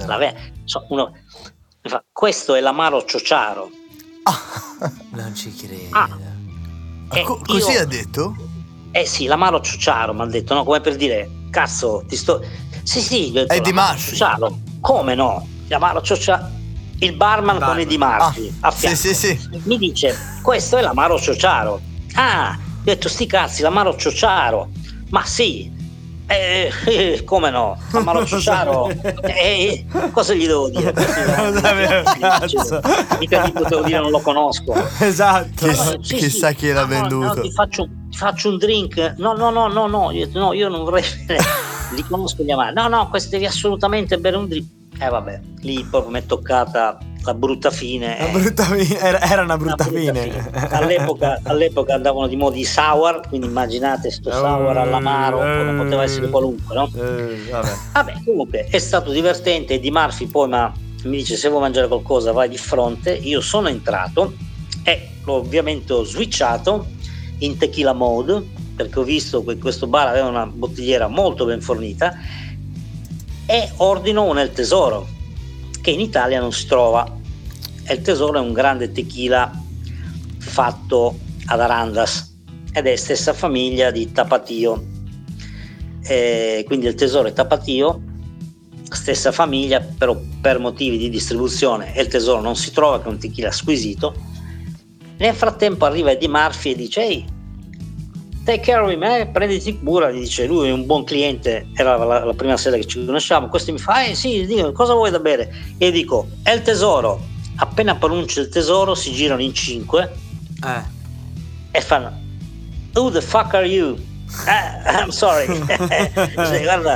Mi fa, questo è l'amaro ciociaro. Non ci credo. Così ha detto? Sì, l'amaro ciociaro mi ha detto, no? Come per dire, cazzo, ti sto... Sì, gli ho detto, Eddie Murphy. Ciociaro. Come no? L'amaro ciociaro. Il barman con Eddie Murphy a fianco. Sì. Mi dice: questo è l'amaro ciociaro. Ah, gli ho detto: sti cazzi, l'amaro ciociaro. Ma sì. Come no? L'amaro ciociaro. Cosa gli devo dire? Mica gli potevo dire non lo conosco. Esatto. Chissà chi l'ha venduto. Ti faccio un drink. No. Io ho detto, no, io non vorrei li conosco gli amari. No, questo devi assolutamente bere un drink. Vabbè, lì proprio mi è toccata la brutta fine. Era una brutta fine. All'epoca andavano di modi sour, quindi immaginate sto sour all'amaro, poteva essere qualunque, no? Vabbè, comunque è stato divertente. Di Murphy poi mi dice: se vuoi mangiare qualcosa vai di fronte. Io sono entrato e ovviamente ho switchato in tequila mode, perché ho visto che questo bar aveva una bottigliera molto ben fornita, e ordino un El Tesoro, che in Italia non si trova. El Tesoro è un grande tequila fatto ad Arandas ed è stessa famiglia di Tapatio, quindi El Tesoro è Tapatio, stessa famiglia, però per motivi di distribuzione El Tesoro non si trova, che è un tequila squisito. Nel frattempo arriva Eddie Murphy e dice: ehi, take care of me, prenditi cura, gli dice. Lui è un buon cliente, era la prima sera che ci conosciamo. Questo mi fa: sì, dico, cosa vuoi da bere? E io dico: è il Tesoro. Appena pronuncio il Tesoro si girano in 5 e fanno: who the fuck are you? I'm sorry. Guarda,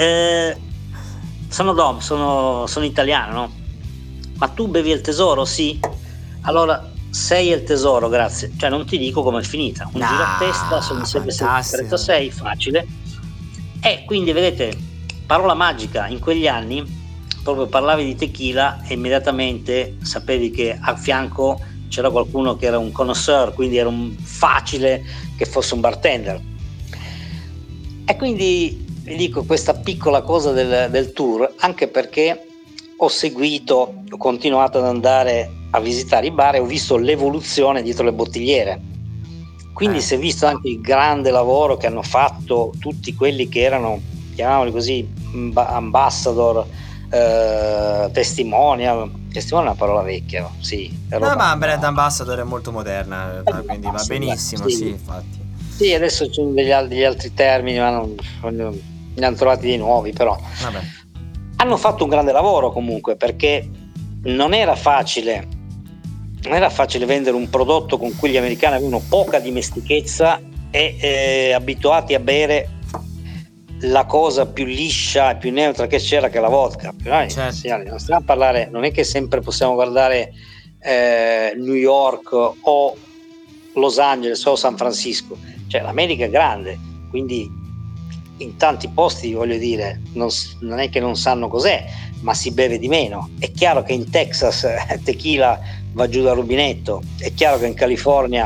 sono Dom, sono italiano, no? Ma tu bevi il Tesoro? Sì. Allora sei il Tesoro, grazie. Cioè non ti dico com'è finita. Un giro a testa, sono sempre 36, facile. E quindi vedete, parola magica, in quegli anni proprio parlavi di tequila e immediatamente sapevi che a fianco c'era qualcuno che era un connoisseur, quindi era facile che fosse un bartender. E quindi vi dico questa piccola cosa del tour, anche perché ho continuato ad andare a visitare i bar e ho visto l'evoluzione dietro le bottigliere. Quindi si è visto anche il grande lavoro che hanno fatto tutti quelli che erano, chiamiamoli così, ambassador, testimonial è una parola vecchia, no? Sì, ma brand ambassador è molto moderna, quindi va benissimo, sì, infatti. Sì, adesso ci sono degli altri termini, ma ne hanno trovati di nuovi, però vabbè. Hanno fatto un grande lavoro comunque, perché non era facile vendere un prodotto con cui gli americani avevano poca dimestichezza e abituati a bere la cosa più liscia e più neutra che c'era, che la vodka. Certo. Non stiamo a parlare, non è che sempre possiamo guardare New York o Los Angeles o San Francisco, cioè l'America è grande, quindi in tanti posti, voglio dire, non è che non sanno cos'è, ma si beve di meno. È chiaro che in Texas tequila va giù dal rubinetto, è chiaro che in California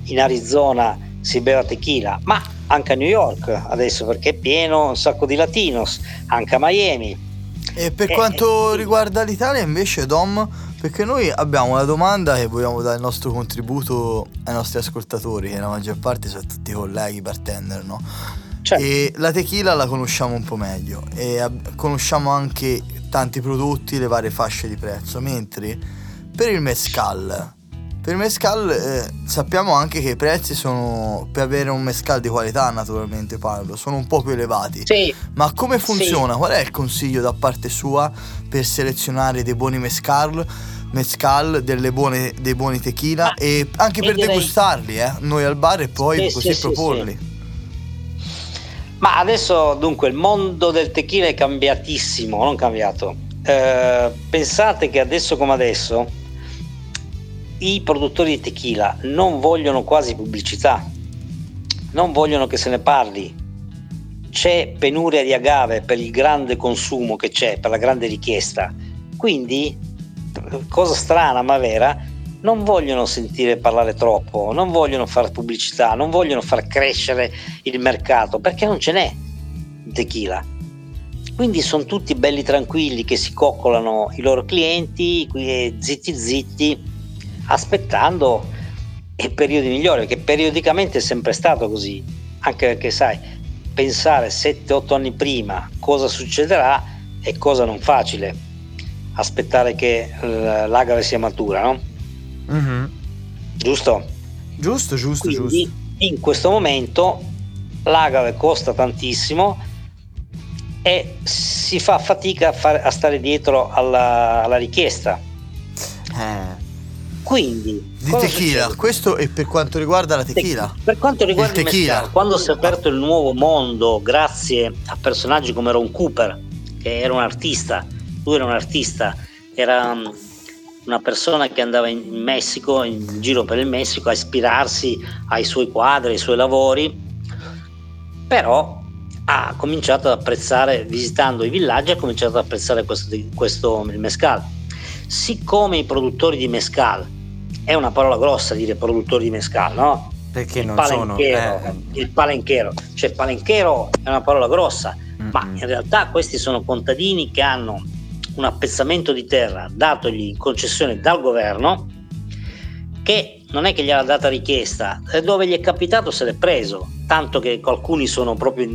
in Arizona si beva tequila, ma anche a New York adesso, perché è pieno un sacco di latinos, anche a Miami. E per quanto riguarda l'Italia invece, Dom, perché noi abbiamo una domanda che vogliamo dare il nostro contributo ai nostri ascoltatori, che la maggior parte sono tutti colleghi bartender, no? Certo. E la tequila la conosciamo un po' meglio e conosciamo anche tanti prodotti, le varie fasce di prezzo, mentre per il mezcal sappiamo anche che i prezzi sono, per avere un mezcal di qualità naturalmente parlo, sono un po' più elevati. Sì. Ma come funziona? Sì. Qual è il consiglio da parte sua per selezionare dei buoni mezcal, dei buoni tequila e anche per degustarli, noi al bar e poi così proporli? Sì. Ma adesso dunque il mondo del tequila è cambiatissimo, non cambiato. Pensate che adesso come adesso i produttori di tequila non vogliono quasi pubblicità, non vogliono che se ne parli. C'è penuria di agave per il grande consumo che c'è, per la grande richiesta. Quindi, cosa strana ma vera, non vogliono sentire parlare troppo, non vogliono fare pubblicità, non vogliono far crescere il mercato, perché non ce n'è tequila. Quindi sono tutti belli tranquilli che si coccolano i loro clienti, zitti, aspettando i periodi migliori, che periodicamente è sempre stato così, anche perché sai, pensare 7-8 anni prima cosa succederà è cosa non facile, aspettare che l'agave sia matura, no? Mm-hmm. Giusto. Quindi, in questo momento l'agave costa tantissimo e si fa fatica a stare dietro alla richiesta. Quindi di tequila succede? Questo è per quanto riguarda la tequila. Per quanto riguarda il tequila, quando si è aperto il nuovo mondo grazie a personaggi come Ron Cooper, che era un artista, era una persona che andava in Messico, in giro per il Messico, a ispirarsi ai suoi quadri, ai suoi lavori, però ha cominciato ad apprezzare, visitando i villaggi, ha cominciato ad apprezzare il mezcal. Siccome i produttori di mezcal, è una parola grossa dire produttori di mezcal, no? Perché il non palenquero, sono il palenquero, cioè palenquero è una parola grossa, ma in realtà questi sono contadini che hanno un appezzamento di terra datogli in concessione dal governo, che non è che gliel'ha data richiesta, dove gli è capitato se l'è preso, tanto che alcuni sono proprio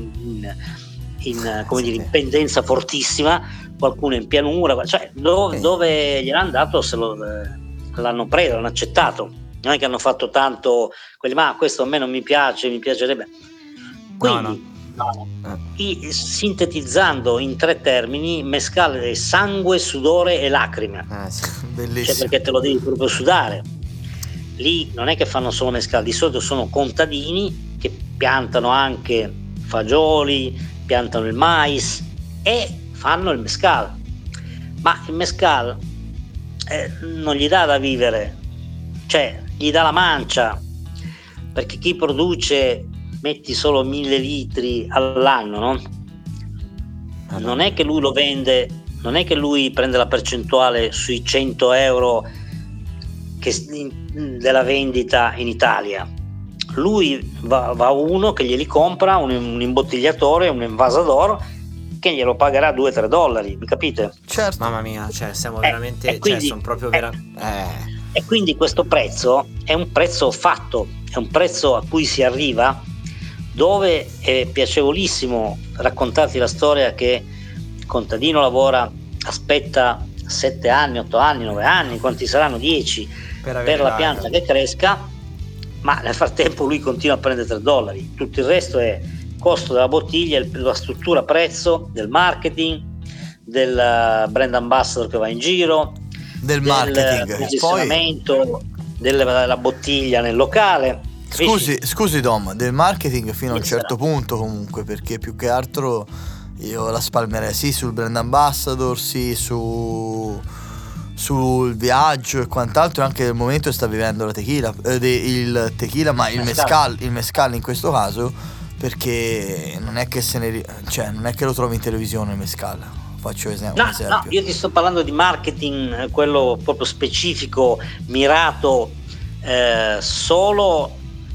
in pendenza fortissima, qualcuno in pianura, cioè dove gliel'hanno dato l'hanno preso, l'hanno accettato, non è che hanno fatto tanto quelli, ma questo a me non mi piace, mi piacerebbe. Quindi sintetizzando in 3 termini, mezcal è sangue, sudore e lacrime. Bellissimo. Cioè, perché te lo devi proprio sudare. Lì non è che fanno solo mezcal, di solito sono contadini che piantano anche fagioli, piantano il mais e fanno il mezcal. Ma il mezcal non gli dà da vivere, cioè gli dà la mancia, perché chi produce metti solo 1000 litri all'anno, no? Non è che lui lo vende, non è che lui prende la percentuale sui 100 euro della vendita in Italia. Lui va uno che glieli compra, un imbottigliatore, un invasador, che glielo pagherà $2-3, mi capite? Certo. Mamma mia, cioè siamo veramente, quindi, sono proprio E quindi questo prezzo è un prezzo fatto, è un prezzo a cui si arriva, dove è piacevolissimo raccontarti la storia che il contadino lavora, aspetta 7 anni, 8 anni, 9 anni, quanti saranno, 10 per la pianta che cresca, ma nel frattempo lui continua a prendere $3. Tutto il resto è costo della bottiglia, la struttura prezzo del marketing, del brand ambassador che va in giro, del posizionamento della bottiglia nel locale. Scusi Dom, del marketing fino a un certo punto comunque, perché più che altro io la spalmerei sì sul brand ambassador, sì sul viaggio e quant'altro, anche nel momento che sta vivendo la tequila, il tequila, ma il mezcal in questo caso, perché non è che non è che lo trovi in televisione il mezcal. Faccio un esempio. No, io ti sto parlando di marketing, quello proprio specifico, mirato solo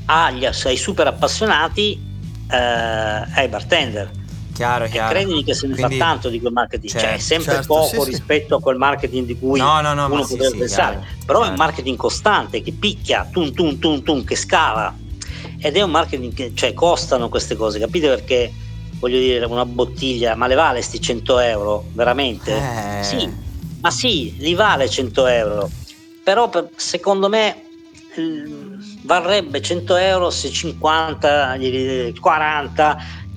ai super appassionati, ai bartender. Chiaro. E credimi che se ne Quindi, fa tanto di quel marketing, cioè è sempre certo, poco sì, rispetto a quel marketing di cui No, uno ma potrebbe sì, pensare, chiaro, però è chiaro. un marketing costante che picchia, che scala, ed è un marketing che, cioè, costano queste cose, capite? Perché voglio dire, una bottiglia, ma le vale sti 100 euro veramente? Sì, ma sì, li vale 100 euro, però secondo me varrebbe 100 euro se 50, 40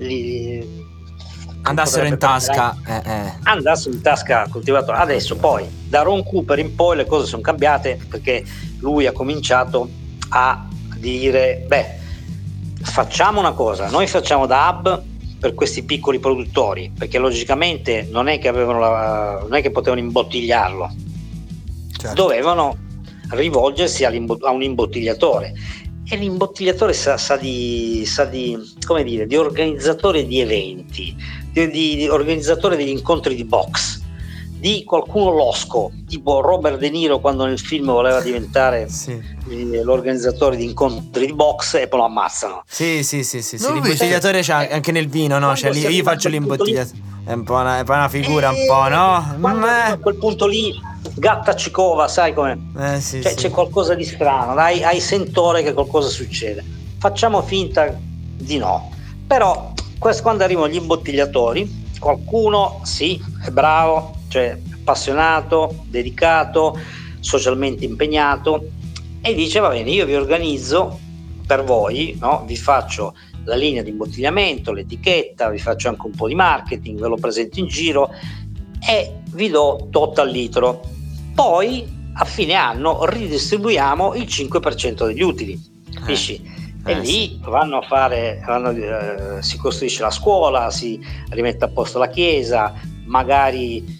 Andassero in tasca. andassero in tasca coltivatore. Adesso poi da Ron Cooper in poi le cose sono cambiate, perché lui ha cominciato a dire: beh, facciamo una cosa, noi facciamo da hub per questi piccoli produttori, perché logicamente non è che non è che potevano imbottigliarlo, certo. dovevano rivolgersi a un imbottigliatore, e l'imbottigliatore sa di come dire, di organizzatore di eventi, di organizzatore degli incontri di box, di qualcuno losco, tipo Robert De Niro quando nel film voleva diventare l'organizzatore di incontri di box e poi lo ammazzano. Sì. Non L'imbottigliatore c'è anche nel vino, no? Cioè, io faccio l'imbottigliatore. È un po' una figura, un po', no? Quando a quel punto lì, gatta cicova, sai com'è? C'è qualcosa di strano, hai sentore che qualcosa succede. Facciamo finta di no. Però quando arrivano gli imbottigliatori, qualcuno sì, è bravo, cioè appassionato, dedicato, socialmente impegnato, e dice: va bene, io vi organizzo per voi, no? Vi faccio la linea di imbottigliamento, l'etichetta, vi faccio anche un po' di marketing, ve lo presento in giro e vi do tot al litro. Poi a fine anno ridistribuiamo il 5% degli utili, capisci? E lì vanno a fare, si costruisce la scuola, si rimette a posto la chiesa, magari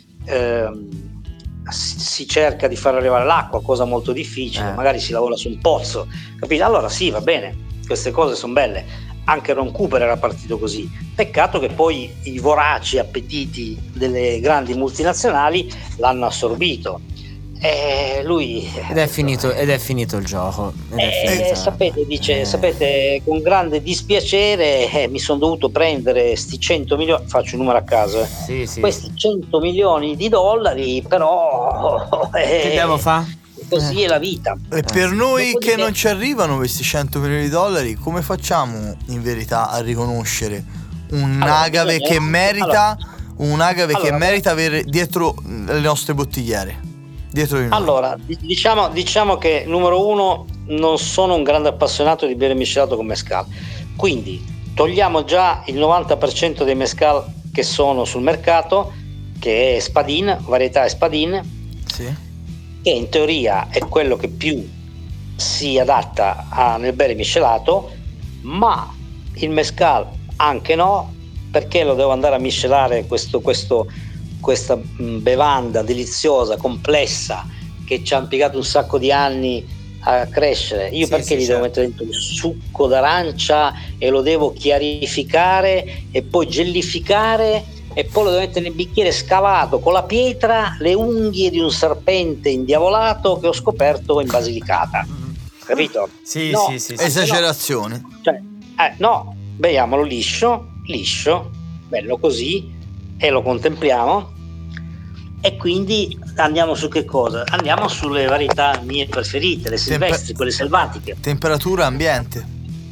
si cerca di far arrivare l'acqua, cosa molto difficile, magari si lavora su un pozzo, capito? Allora sì, va bene, queste cose sono belle. Anche Ron Cooper era partito così. Peccato che poi i voraci appetiti delle grandi multinazionali l'hanno assorbito. Lui ed è finito il gioco. Sapete, con grande dispiacere mi sono dovuto prendere sti 100 milioni, faccio un numero a caso, questi 100 milioni di dollari, però che devo fare? Così è la vita. E per noi che non ci arrivano questi 100 milioni di dollari, come facciamo in verità a riconoscere un'agave che merita che merita avere dietro le nostre bottigliere? Dietro di noi. Allora, diciamo che numero uno, non sono un grande appassionato di bere miscelato con mezcal, quindi togliamo già il 90% dei mezcal che sono sul mercato, che è Espadin, varietà Espadin, che in teoria è quello che più si adatta nel bere miscelato, ma il mezcal anche no, perché lo devo andare a miscelare questa bevanda deliziosa, complessa, che ci ha impiegato un sacco di anni a crescere. Io perché gli devo mettere dentro il succo d'arancia e lo devo chiarificare e poi gellificare e poi lo devo mettere nel bicchiere scavato con la pietra le unghie di un serpente indiavolato che ho scoperto in Basilicata, capito? Esagerazione. No, beviamolo liscio, bello così, e lo contempliamo, e quindi andiamo su che cosa? Andiamo sulle varietà mie preferite, le silvestri, quelle selvatiche. Temperatura ambiente.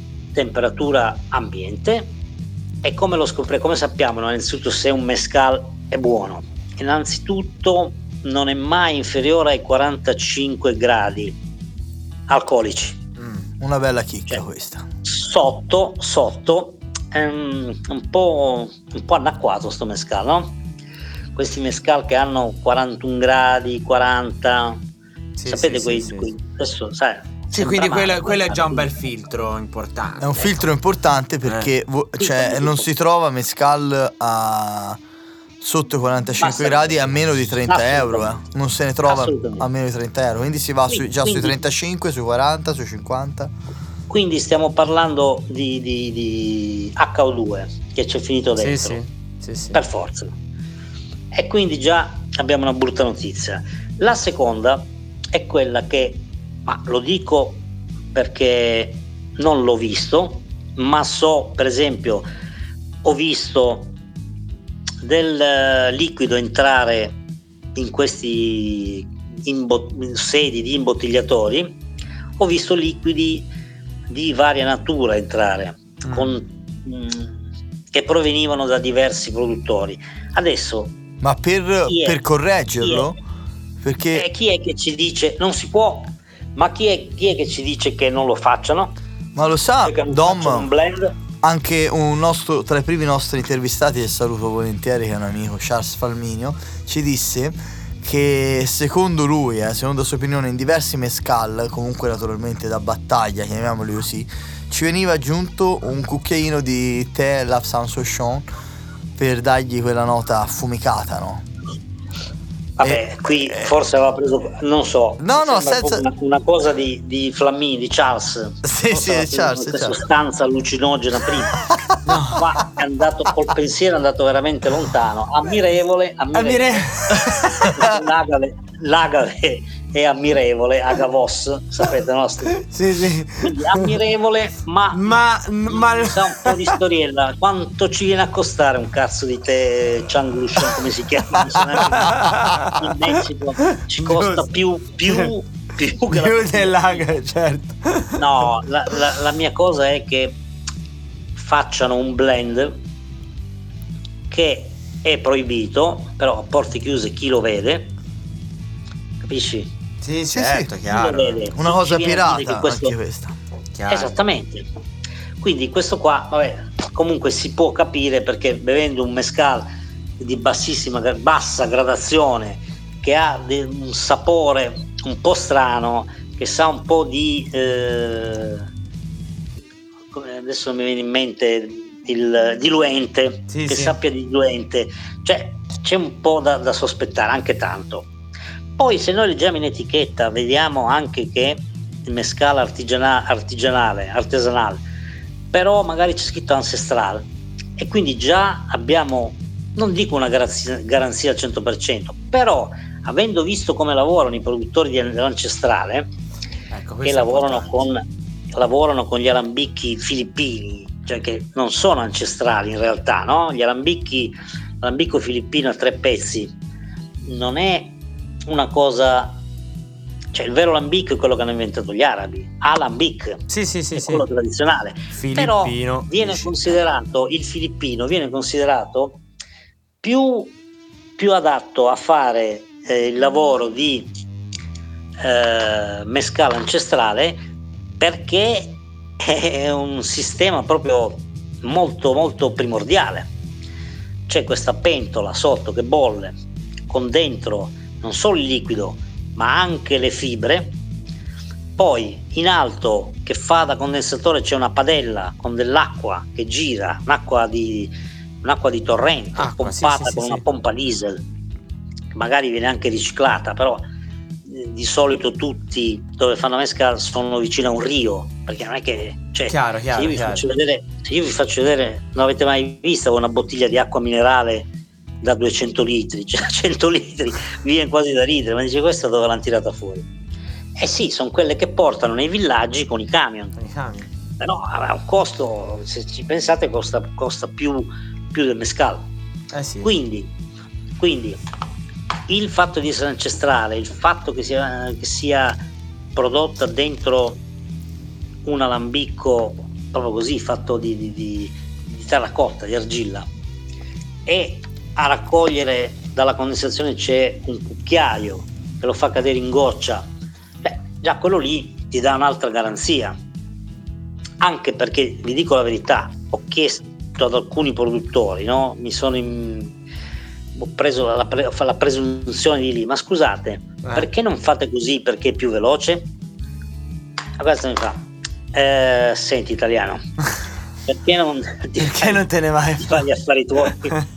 E come lo scopre? Come sappiamo innanzitutto se un mezcal è buono? Innanzitutto non è mai inferiore ai 45 gradi alcolici. Una bella chicca, questa. Sotto è un po' anacquato sto mezcal, no? Questi mezcal che hanno 41 gradi, 40, sapete quei adesso sai. Quindi quello è già un bel filtro importante. È un filtro importante perché non si trova mezcal a sotto i 45 gradi a meno di 30 euro. Non se ne trova a meno di 30 euro. Quindi si va sui 35, sui 40, sui 50. Quindi stiamo parlando di HO2 che c'è finito dentro. Sì. Per forza. E quindi già abbiamo una brutta notizia. La seconda è quella che, ma lo dico perché non l'ho visto, ma so, per esempio, ho visto del liquido entrare in questi sedi di imbottigliatori, ho visto liquidi di varia natura entrare che provenivano da diversi produttori. Adesso, ma per correggerlo, perché chi è che ci dice non si può? Ma chi è che ci dice che non lo facciano? Ma lo sa Dom, un blend? anche un nostro tra i primi nostri intervistati, che saluto volentieri, che è un amico, Charles Falminio, ci disse che secondo lui, secondo la sua opinione, in diversi mezcal, comunque naturalmente da battaglia, chiamiamoli così, ci veniva aggiunto un cucchiaino di tè La Saint-Souchon per dargli quella nota affumicata, no? Vabbè, qui forse aveva preso, non so, no, senza una cosa di Flammini, di Charles. Sì, è Charles, questa sostanza allucinogena prima. No. Ma è andato col pensiero, è andato veramente lontano. Ammirevole. L'agave è ammirevole, agavos, sapete, no? Sì. Quindi ammirevole, ma sa un po' di storiella. Quanto ci viene a costare un cazzo di tè Changlushon, come si chiama? In Messico ci costa più dell'agave, certo. No, la mia cosa è che facciano un blend che è proibito, però a porte chiuse chi lo vede, capisci? Sì, certo, chiaro. Una cosa pirata anche questa. Chiaro. Esattamente. Quindi questo qua, vabbè, comunque si può capire, perché bevendo un mezcal di bassa gradazione, che ha un sapore un po' strano, che sa un po' di adesso non mi viene in mente il diluente, sappia di diluente, cioè c'è un po' da sospettare, anche tanto. Poi se noi leggiamo in etichetta vediamo anche che il mezcal artigianale, però magari c'è scritto ancestral, e quindi già abbiamo, non dico una garanzia al 100%, però avendo visto come lavorano i produttori dell'ancestrale, che lavorano con gli alambicchi filippini, cioè che non sono ancestrali in realtà, no? L'alambicco filippino a 3 pezzi non è una cosa, cioè il vero alambic è quello che hanno inventato gli arabi, alambic, è quello tradizionale, filippino, però viene considerato, il filippino viene considerato più adatto a fare il lavoro di mezcal ancestrale, perché è un sistema proprio molto molto primordiale. C'è questa pentola sotto che bolle, con dentro non solo il liquido ma anche le fibre, poi in alto che fa da condensatore c'è una padella con dell'acqua che gira, un'acqua di torrente, pompata con una pompa diesel, magari viene anche riciclata, però di solito tutti dove fanno mezcal sono vicino a un rio, perché non è che, cioè, chiaro. Se io vi faccio vedere, non avete mai visto una bottiglia di acqua minerale da 200 litri, cioè 100 litri, viene quasi da ridere, ma dice, questa dove l'hanno tirata fuori? Sì, sono quelle che portano nei villaggi con i camion. Però ha un costo, se ci pensate, costa più del mezcal. Quindi il fatto di essere ancestrale, il fatto che sia prodotta dentro un alambicco proprio così, fatto di terracotta, di argilla, e a raccogliere dalla condensazione c'è un cucchiaio che lo fa cadere in goccia, già quello lì ti dà un'altra garanzia. Anche perché, vi dico la verità, ho chiesto ad alcuni produttori, no? Ho preso la presunzione di lì, ma scusate, perché non fate così, perché è più veloce? A questo mi fa, senti italiano, perché non te ne vai? Ti fai gli affari tuoi?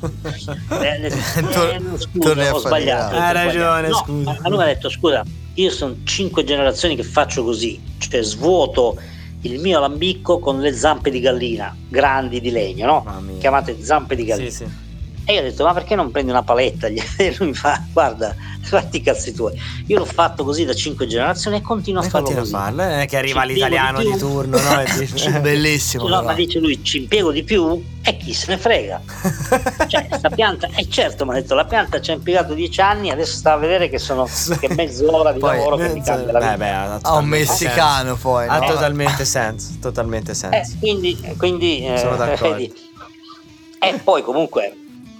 Scusa, ho sbagliato. Hai ragione, no, scusa. Ma lui mi ha detto, scusa, io sono 5 generazioni che faccio così, cioè svuoto il mio alambicco con le zampe di gallina grandi di legno, no? Chiamate zampe di gallina. E io ho detto: ma perché non prendi una paletta? E lui mi fa: guarda, fatti i cazzi tuoi. Io l'ho fatto così da 5 generazioni e continuo a farlo continua a così. farlo, non è che arriva Ci impiego l'italiano di di più. turno, no? E dice, Bellissimo. No, ma dice lui: ci impiego di più e chi se ne frega. Cioè, sta pianta, e certo, mi ha detto, la pianta ci ha impiegato 10 anni, adesso sta a vedere che sono che mezz'ora di Poi, lavoro che mi cambia la vita. a un messicano poi, ha no? totalmente senso, totalmente senso. Quindi Sono d'accordo. vedi. E poi comunque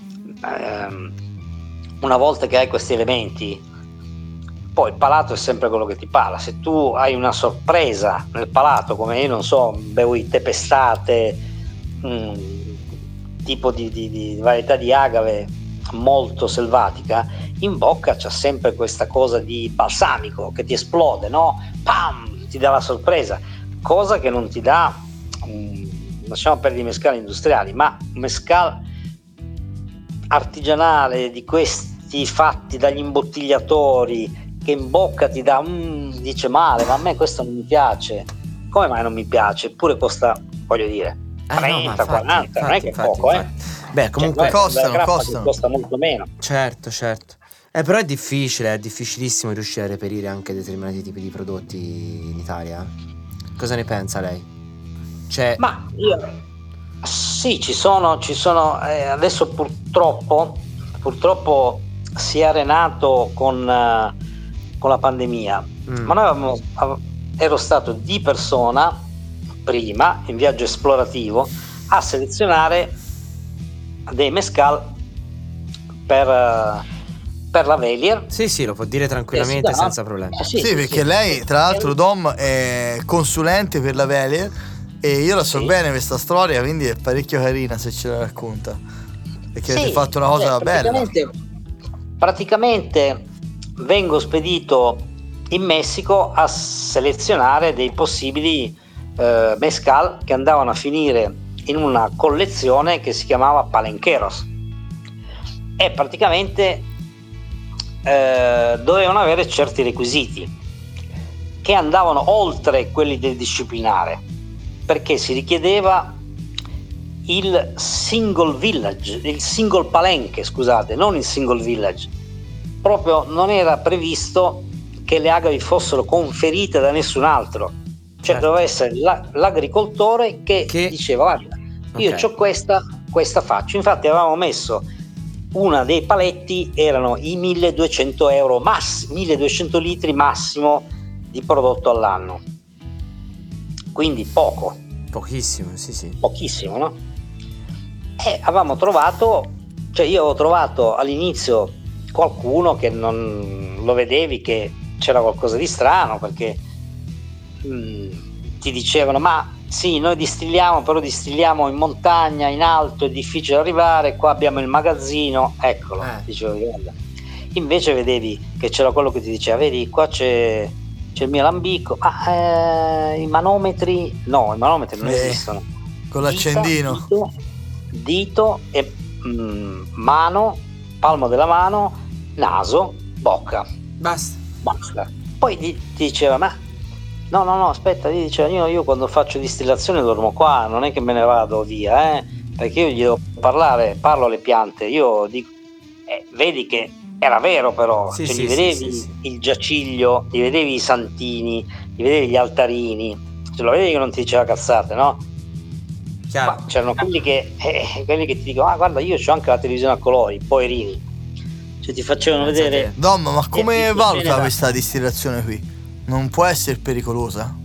una volta che hai questi elementi, poi il palato è sempre quello che ti parla. Se tu hai una sorpresa nel palato, come io non so, bevo i tepestate, tipo di varietà di agave molto selvatica, in bocca c'è sempre questa cosa di balsamico che ti esplode, no? Pam! Ti dà la sorpresa, cosa che non ti dà, lasciamo perdere i mescali industriali, ma un mescal artigianale di questi fatti dagli imbottigliatori, che in bocca ti dà, dice male, ma a me questo non mi piace. Come mai non mi piace? Eppure costa, voglio dire, 30, 40, non è che è poco, Beh, comunque costano. Costa molto meno. Certo. Però è difficilissimo riuscire a reperire anche determinati tipi di prodotti in Italia. Cosa ne pensa lei? Cioè, ma io sì, ci sono adesso purtroppo si è arenato con la pandemia, ma noi ero stato di persona prima in viaggio esplorativo a selezionare dei mescal per la Velier. Sì, lo può dire tranquillamente senza problemi. Sì, perché lei tra l'altro Dom è consulente per la Velier e io la so bene questa storia, quindi è parecchio carina se ce la racconta, perché avete fatto una cosa bella. Praticamente vengo spedito in Messico a selezionare dei possibili mescal che andavano a finire in una collezione che si chiamava Palenqueros, e praticamente dovevano avere certi requisiti che andavano oltre quelli del disciplinare, perché si richiedeva il single village, il single palenque, scusate, non il single village. Proprio non era previsto che le agavi fossero conferite da nessun altro, cioè doveva essere l'agricoltore che diceva: guarda, io c'ho questa faccio. Infatti avevamo messo una dei paletti, erano i 1200 euro 1200 litri massimo di prodotto all'anno, quindi pochissimo, no? E avevamo trovato, cioè io avevo trovato all'inizio qualcuno che non lo vedevi che c'era qualcosa di strano, perché ti dicevano: ma sì, noi distilliamo, però distilliamo in montagna, in alto, è difficile arrivare, qua abbiamo il magazzino, eccolo. Dicevo, guarda. Invece vedevi che c'era quello che ti diceva: vedi, qua c'è il mio alambico, i manometri non esistono. Con l'accendino, dito e mano, palmo della mano, naso, bocca, basta. Poi ti diceva: ma no, aspetta, gli diceva: io quando faccio distillazione dormo qua, non è che me ne vado via, perché io gli devo parlo alle piante, io dico, vedi che era vero, però gli vedevi il giaciglio, gli vedevi i santini, gli vedevi gli altarini, lo vedevi che non ti diceva cazzate, no? Ma c'erano quelli che ti dicono: guarda, io c'ho anche la televisione a colori, poverini, cioè ti facevano vedere. Dom, ma come valuta questa distillazione qui? Non può essere pericolosa?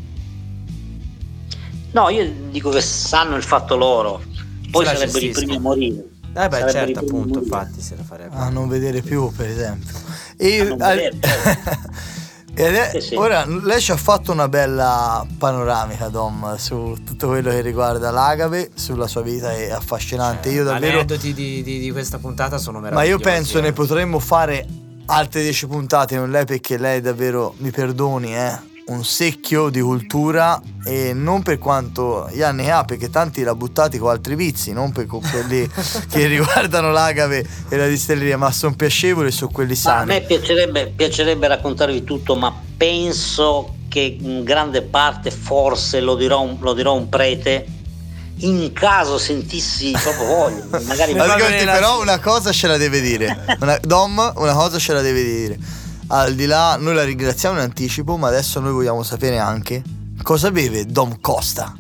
No, io dico che sanno il fatto loro, poi sarebbero i primi a morire. Certo, appunto, infatti se la farebbe. A non vedere più, per esempio. Ora lei ci ha fatto una bella panoramica, Dom, su tutto quello che riguarda l'agave, sulla sua vita, è affascinante. Io davvero, aneddoti di questa puntata sono meravigliosi. Ma io penso ne potremmo fare altre 10 puntate con lei, perché lei davvero, mi perdoni, un secchio di cultura, e non per quanto gli anni che ha, perché tanti l'ha buttati con altri vizi, non per quelli che riguardano l'agave e la distilleria, ma sono piacevoli e sono quelli sani. A me piacerebbe raccontarvi tutto, ma penso che in grande parte forse lo dirò un prete, in caso sentissi proprio voglia, magari Ascolti, però una cosa ce la deve dire. Dom, una cosa ce la deve dire. Al di là, noi la ringraziamo in anticipo, ma adesso noi vogliamo sapere anche cosa beve Dom Costa.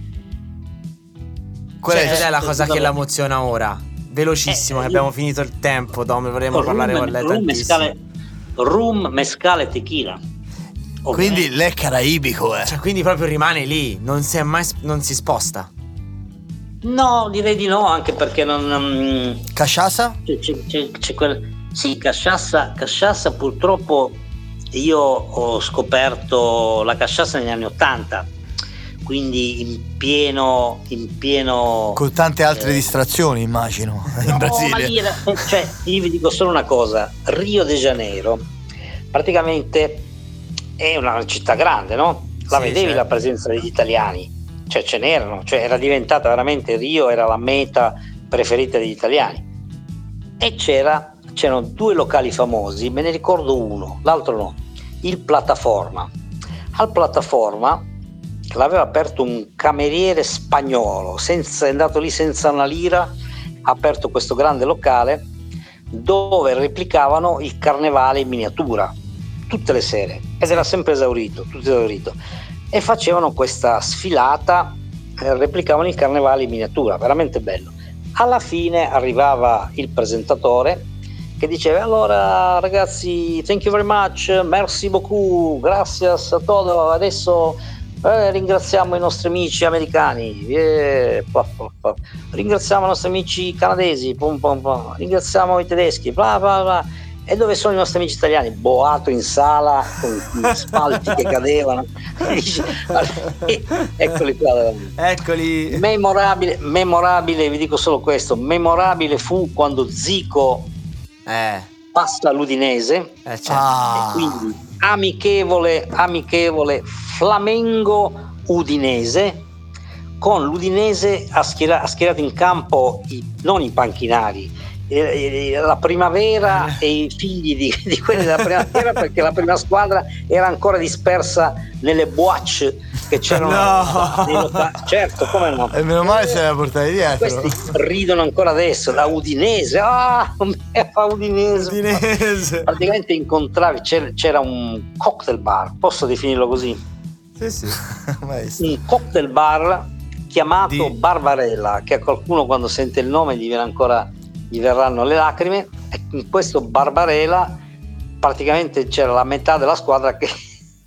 Qual è la cosa che la emoziona ora? Velocissimo, che abbiamo finito il tempo, Dom, vorremmo parlare con lei tantissimo. Rum, mescale, tequila. Quindi lei è caraibico, Cioè, quindi proprio rimane lì, non si sposta. No, direi di no, anche perché non... Cachaça? C'è sì, cachaça purtroppo io ho scoperto la cachaça negli anni '80, quindi in pieno con tante altre distrazioni, immagino, in Brasile. Cioè, io vi dico solo una cosa: Rio de Janeiro praticamente è una città grande, no? La vedevi la presenza degli italiani, cioè ce n'erano, cioè era diventata veramente, Rio era la meta preferita degli italiani, e c'erano due locali famosi, me ne ricordo uno, l'altro no, il Plataforma. Al Plataforma l'aveva aperto un cameriere spagnolo, è andato lì senza una lira, ha aperto questo grande locale dove replicavano il carnevale in miniatura tutte le sere, ed era sempre esaurito, tutto esaurito, e facevano questa sfilata, replicavano il carnevale in miniatura, veramente bello. Alla fine arrivava il presentatore che diceva: allora ragazzi, thank you very much, merci beaucoup, gracias a todo, adesso ringraziamo i nostri amici americani, ringraziamo i nostri amici canadesi, ringraziamo i tedeschi, bla bla bla. E dove sono i nostri amici italiani? Boato in sala con gli spalti che cadevano. Eccoli qua. Eccoli. Memorabile, vi dico solo questo, memorabile fu quando Zico passa all'Udinese, e quindi amichevole Flamengo Udinese, con l'Udinese ha schierato in campo non i panchinari, la Primavera e i figli di quelli della Primavera, perché la prima squadra era ancora dispersa nelle boac che c'erano certo, come no, e meno male se la portati dietro. Questi ridono ancora adesso, la Udinese, Udinese. Praticamente incontravi, c'era un cocktail bar, posso definirlo così? Sì. Un cocktail bar chiamato Barbarella, che a qualcuno quando sente il nome gli verranno le lacrime. E in questo Barbarella praticamente c'era la metà della squadra che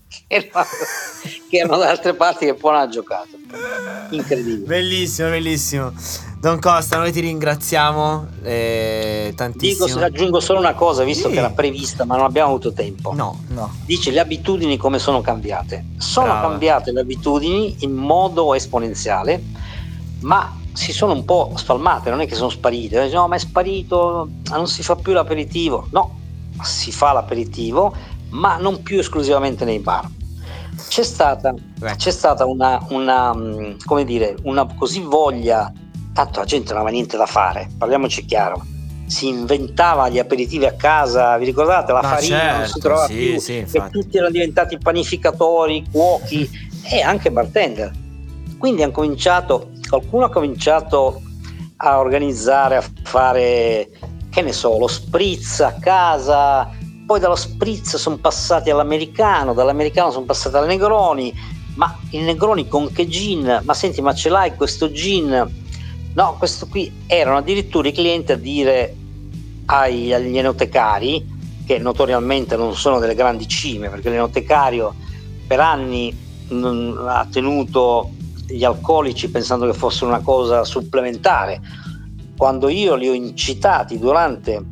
erano da altre parti, che poi non ha giocato. Incredibile. Bellissimo. Don Costa, noi ti ringraziamo tantissimo. Aggiungo solo una cosa, visto che era prevista ma non abbiamo avuto tempo. No. Dice: le abitudini come sono cambiate? Sono cambiate le abitudini in modo esponenziale, ma si sono un po' spalmate, non è che sono sparite. No, ma è sparito, non si fa più l'aperitivo. No, si fa l'aperitivo, ma non più esclusivamente nei bar. C'è stata una come dire, una così voglia, tanto la gente non aveva niente da fare, parliamoci chiaro, si inventava gli aperitivi a casa, vi ricordate? La farina non si trovava più, e tutti erano diventati panificatori, cuochi e anche bartender. Quindi qualcuno ha cominciato a organizzare, a fare, che ne so, lo spritz a casa. Poi dallo spritz sono passati all'americano, dall'americano sono passati al Negroni, ma il Negroni con che gin? Ma senti, ma ce l'hai questo gin? No, questo qui. Erano addirittura i clienti a dire agli enotecari, che notoriamente non sono delle grandi cime, perché l'enotecario per anni ha tenuto gli alcolici pensando che fossero una cosa supplementare. Quando io li ho incitati durante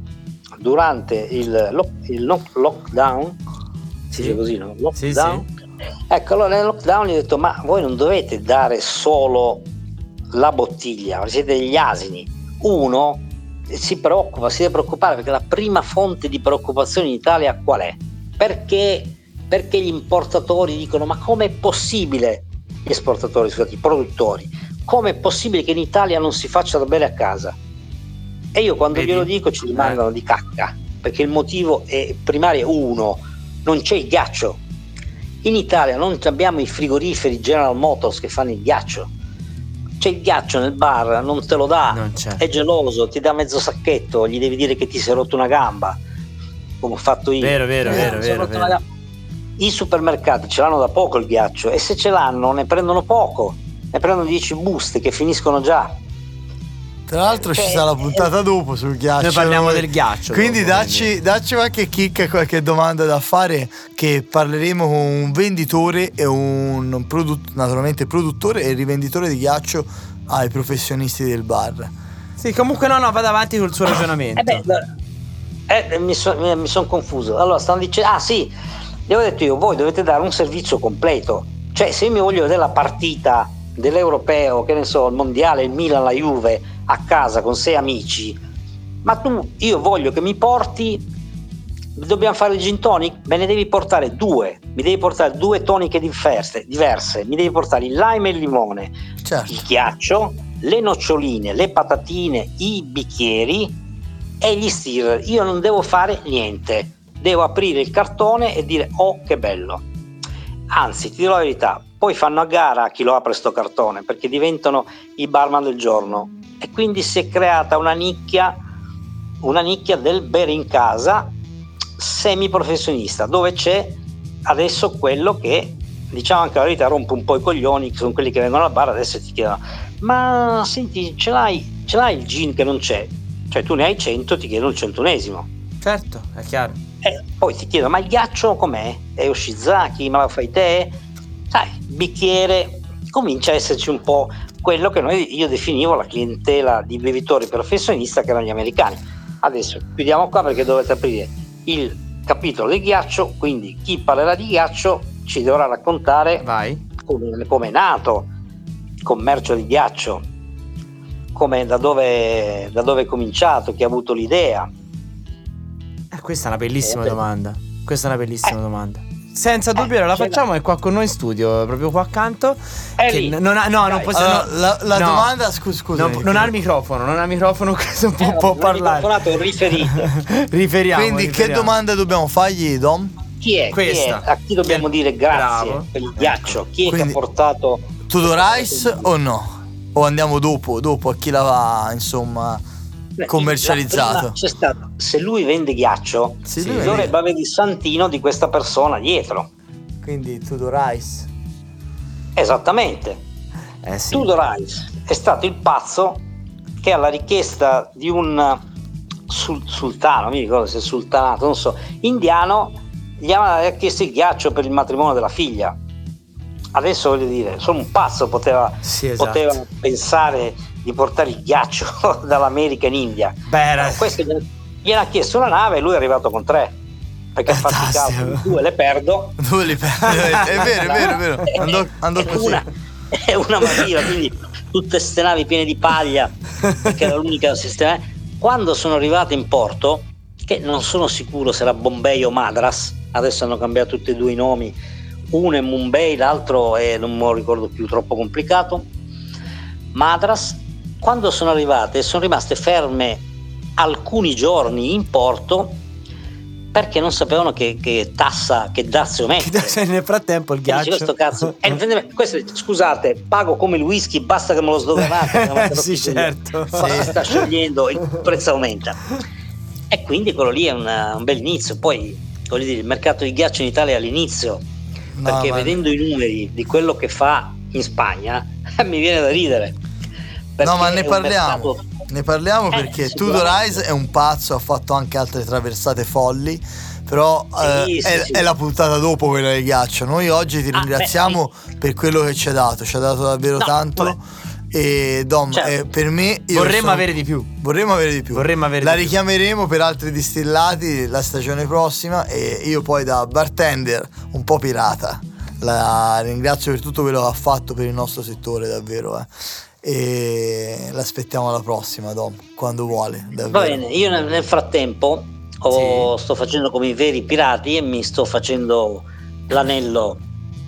il lockdown, si dice così, no? Lockdown. Sì. Ecco, allora nel lockdown gli ho detto: ma voi non dovete dare solo la bottiglia, siete degli asini. Uno si deve preoccupare, perché la prima fonte di preoccupazione in Italia qual è? Perché gli importatori dicono: ma com'è possibile, gli esportatori, scusate, i produttori, com'è possibile che in Italia non si faccia da bere a casa? E io quando glielo dico ci rimangono di cacca, perché il motivo primario è uno: non c'è il ghiaccio. In Italia non abbiamo i frigoriferi General Motors che fanno il ghiaccio, Cioè il ghiaccio nel bar non te lo dà, Non c'è. è geloso, ti dà mezzo sacchetto, gli devi dire che ti sei rotto una gamba, come ho fatto io. Vero, vero, Mi vero, sono vero, rotto una vero. gamba. I supermercati ce l'hanno da poco il ghiaccio, e se ce l'hanno ne prendono poco, ne prendono 10 buste che finiscono già. Tra l'altro ci sarà la puntata dopo sul ghiaccio. Noi parliamo del ghiaccio Quindi dopo, dacci qualche chicca e qualche domanda da fare, che parleremo con un venditore e un naturalmente produttore e rivenditore di ghiaccio ai professionisti del bar. Sì, comunque no, vado avanti col suo ragionamento. Mi sono confuso. Allora stanno dicendo, sì, gli ho detto io, voi dovete dare un servizio completo. Cioè, se io mi voglio vedere la partita dell'Europeo, che ne so, il mondiale, il Milan, la Juve, a casa con 6 amici, ma io voglio che mi porti, dobbiamo fare il gin tonic, me ne devi portare 2, mi devi portare 2 toniche diverse, mi devi portare il lime e il limone, Certo. il ghiaccio, le noccioline, le patatine, i bicchieri e gli stirrer. Io non devo fare niente, devo aprire il cartone e dire oh che bello. Anzi, ti dirò la verità, poi fanno a gara chi lo apre sto cartone, perché diventano i barman del giorno, e quindi si è creata una nicchia del bere in casa semi professionista, dove c'è adesso quello che, diciamo anche la verità, rompe un po' i coglioni, che sono quelli che vengono al bar adesso e ti chiedono ma senti, ce l'hai il gin che non c'è? Cioè tu ne hai 100, ti chiedono il 100esimo. Certo, è chiaro. Poi ti chiedono ma il ghiaccio com'è? È Oshizaki? Ma lo fai te? Sai, bicchiere, comincia a esserci un po' quello che io definivo la clientela di bevitori professionista, che erano gli americani. Adesso chiudiamo qua perché dovete aprire il capitolo del ghiaccio, quindi chi parlerà di ghiaccio ci dovrà raccontare come è nato il commercio di ghiaccio, da dove è cominciato, chi ha avuto l'idea. Questa è una bellissima domanda. Domanda. Senza dubbio la facciamo, è qua con noi in studio, proprio qua accanto. Che non può allora, la domanda, scusa. Non ha il microfono, questo può parlare. Riferiamo. Quindi che domanda dobbiamo fargli, Dom? Chi è? Questa. A chi dobbiamo dire grazie per il ghiaccio? Chi è che ha portato Tudor Ice o no? O andiamo dopo a chi l'ha insomma commercializzato? C'è stato, se lui vende ghiaccio, dovrebbe avere il santino di questa persona dietro. Quindi Tudor Ice. Esattamente. Sì. Tudor Ice è stato il pazzo che, alla richiesta di un sultano, mi ricordo se è sultanato, non so, indiano, gli aveva chiesto il ghiaccio per il matrimonio della figlia. Adesso voglio dire, solo un pazzo poteva pensare di portare il ghiaccio dall'America in India. Questo gliene ha chiesto una nave e lui è arrivato con 3, perché ha fatto i calcoli, 2 le perdo. 2 li perdo, è vero. Andò così. È una magia, quindi tutte ste navi piene di paglia, perché era l'unica sistema. Quando sono arrivate in porto, che non sono sicuro se era Bombay o Madras, adesso hanno cambiato tutti e 2 i nomi, uno è Mumbai, l'altro è, non me lo ricordo più, troppo complicato, Madras. Quando sono arrivate, sono rimaste ferme alcuni giorni in porto perché non sapevano che dazio mettere. Nel frattempo il ghiaccio, questo cazzo questo, scusate, pago come il whisky, basta che me lo sdoganate. Sì, certo. Sta sciogliendo, il prezzo aumenta, e quindi quello lì è un bel inizio. Poi voglio dire, il mercato di ghiaccio in Italia è all'inizio, perché vedendo i numeri di quello che fa in Spagna mi viene da ridere. No, ma ne parliamo perché Tudor Ice è un pazzo, ha fatto anche altre traversate folli, però è la puntata dopo quella del ghiaccio. Noi oggi ti ringraziamo per quello che ci ha dato davvero tanto. E Dom, per me vorremmo avere di più. La richiameremo per altri distillati la stagione prossima, e io poi da bartender un po' pirata la ringrazio per tutto quello che ha fatto per il nostro settore, davvero. E l'aspettiamo alla prossima, Dom, quando vuole, davvero. Va bene, io nel frattempo sto facendo come i veri pirati e mi sto facendo l'anello,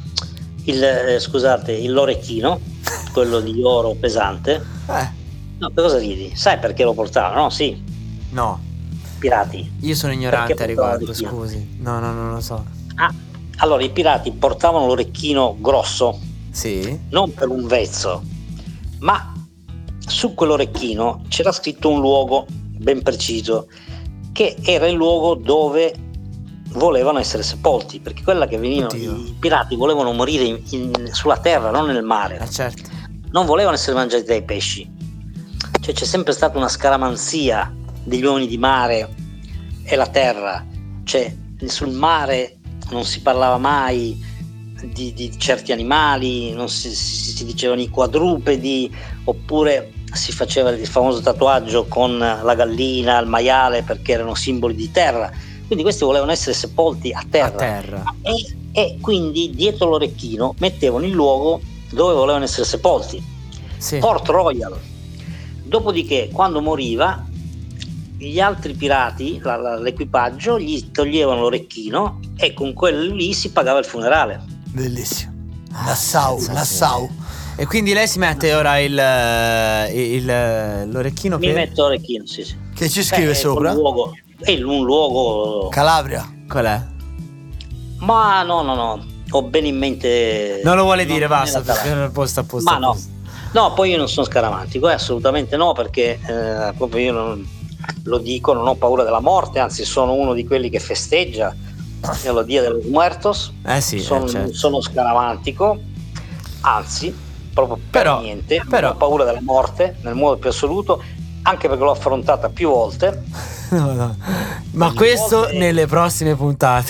l'orecchino, quello di oro pesante. No, per cosa ridi? Sai perché lo portavano? No, sì. No. Pirati. Io sono ignorante a riguardo, scusi. No, non lo so. Allora i pirati portavano l'orecchino grosso. Sì. Non per un vezzo, ma su quell'orecchino c'era scritto un luogo ben preciso, che era il luogo dove volevano essere sepolti, perché quella che venivano, i pirati volevano morire sulla terra, non nel mare. Certo. Non volevano essere mangiati dai pesci. Cioè c'è sempre stata una scaramanzia degli uomini di mare e la terra. Cioè sul mare non si parlava mai di certi animali, non si dicevano i quadrupedi, oppure si faceva il famoso tatuaggio con la gallina, il maiale, perché erano simboli di terra. Quindi questi volevano essere sepolti a terra. E quindi dietro l'orecchino mettevano il luogo dove volevano essere sepolti, sì. Port Royal. Dopodiché, quando moriva, gli altri pirati, l'equipaggio, gli toglievano l'orecchino e con quello lì si pagava il funerale. Bellissimo. Nassau. E quindi lei si mette ora l'orecchino. Mi metto l'orecchino, sì. Che ci scrive sopra? È un luogo. Calabria. Qual è? Ma no. Ho bene in mente. Non lo vuole dire, basta, perché non posto apposta. Ma no, poi io non sono scaramantico, assolutamente no, perché proprio io non lo dico, non ho paura della morte, anzi sono uno di quelli che festeggia lo Dia de los Muertos. Sì, certo. Sono scaramantico, anzi, proprio per niente, non ho paura della morte nel modo più assoluto, anche perché l'ho affrontata più volte. No. Ma questo nelle prossime puntate.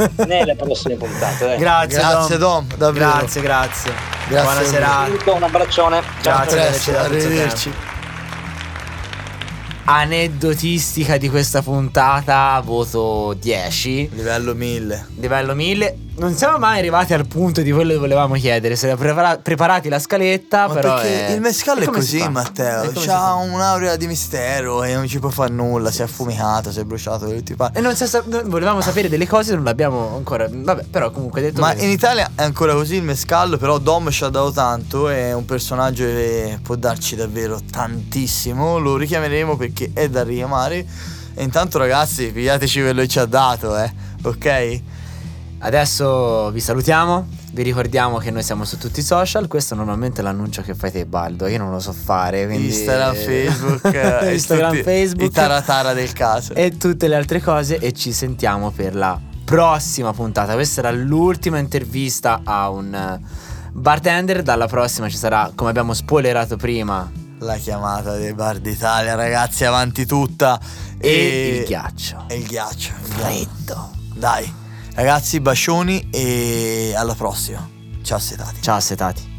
Grazie Dom, davvero. Grazie. Buona serata. Un abbraccione. Grazie, arrivederci. Aneddotistica di questa puntata, voto 10. Livello 1000. Non siamo mai arrivati al punto di quello che volevamo chiedere. Se preparati la scaletta, ma però perché il mescallo è così, Matteo. C'ha un'aurea di mistero e non ci può fare nulla. Si è affumicato, si è bruciato. E non volevamo sapere delle cose, non l'abbiamo ancora. Vabbè, però comunque detto. Ma in Italia è ancora così il mescallo. Però Dom ci ha dato tanto. È un personaggio che può darci davvero tantissimo. Lo richiameremo perché è da richiamare. E intanto, ragazzi, pigliateci quello che ci ha dato, ok? Adesso vi salutiamo, vi ricordiamo che noi siamo su tutti i social. Questo è normalmente l'annuncio che fai te, Baldo. Io non lo so fare, quindi Instagram, Facebook, i taratara del caso e tutte le altre cose. E ci sentiamo per la prossima puntata. Questa era l'ultima intervista a un bartender. Dalla prossima ci sarà, come abbiamo spoilerato prima, la chiamata dei bar d'Italia, ragazzi, avanti tutta. E il ghiaccio. Freddo. Dai. Ragazzi, bacioni e alla prossima. Ciao setati.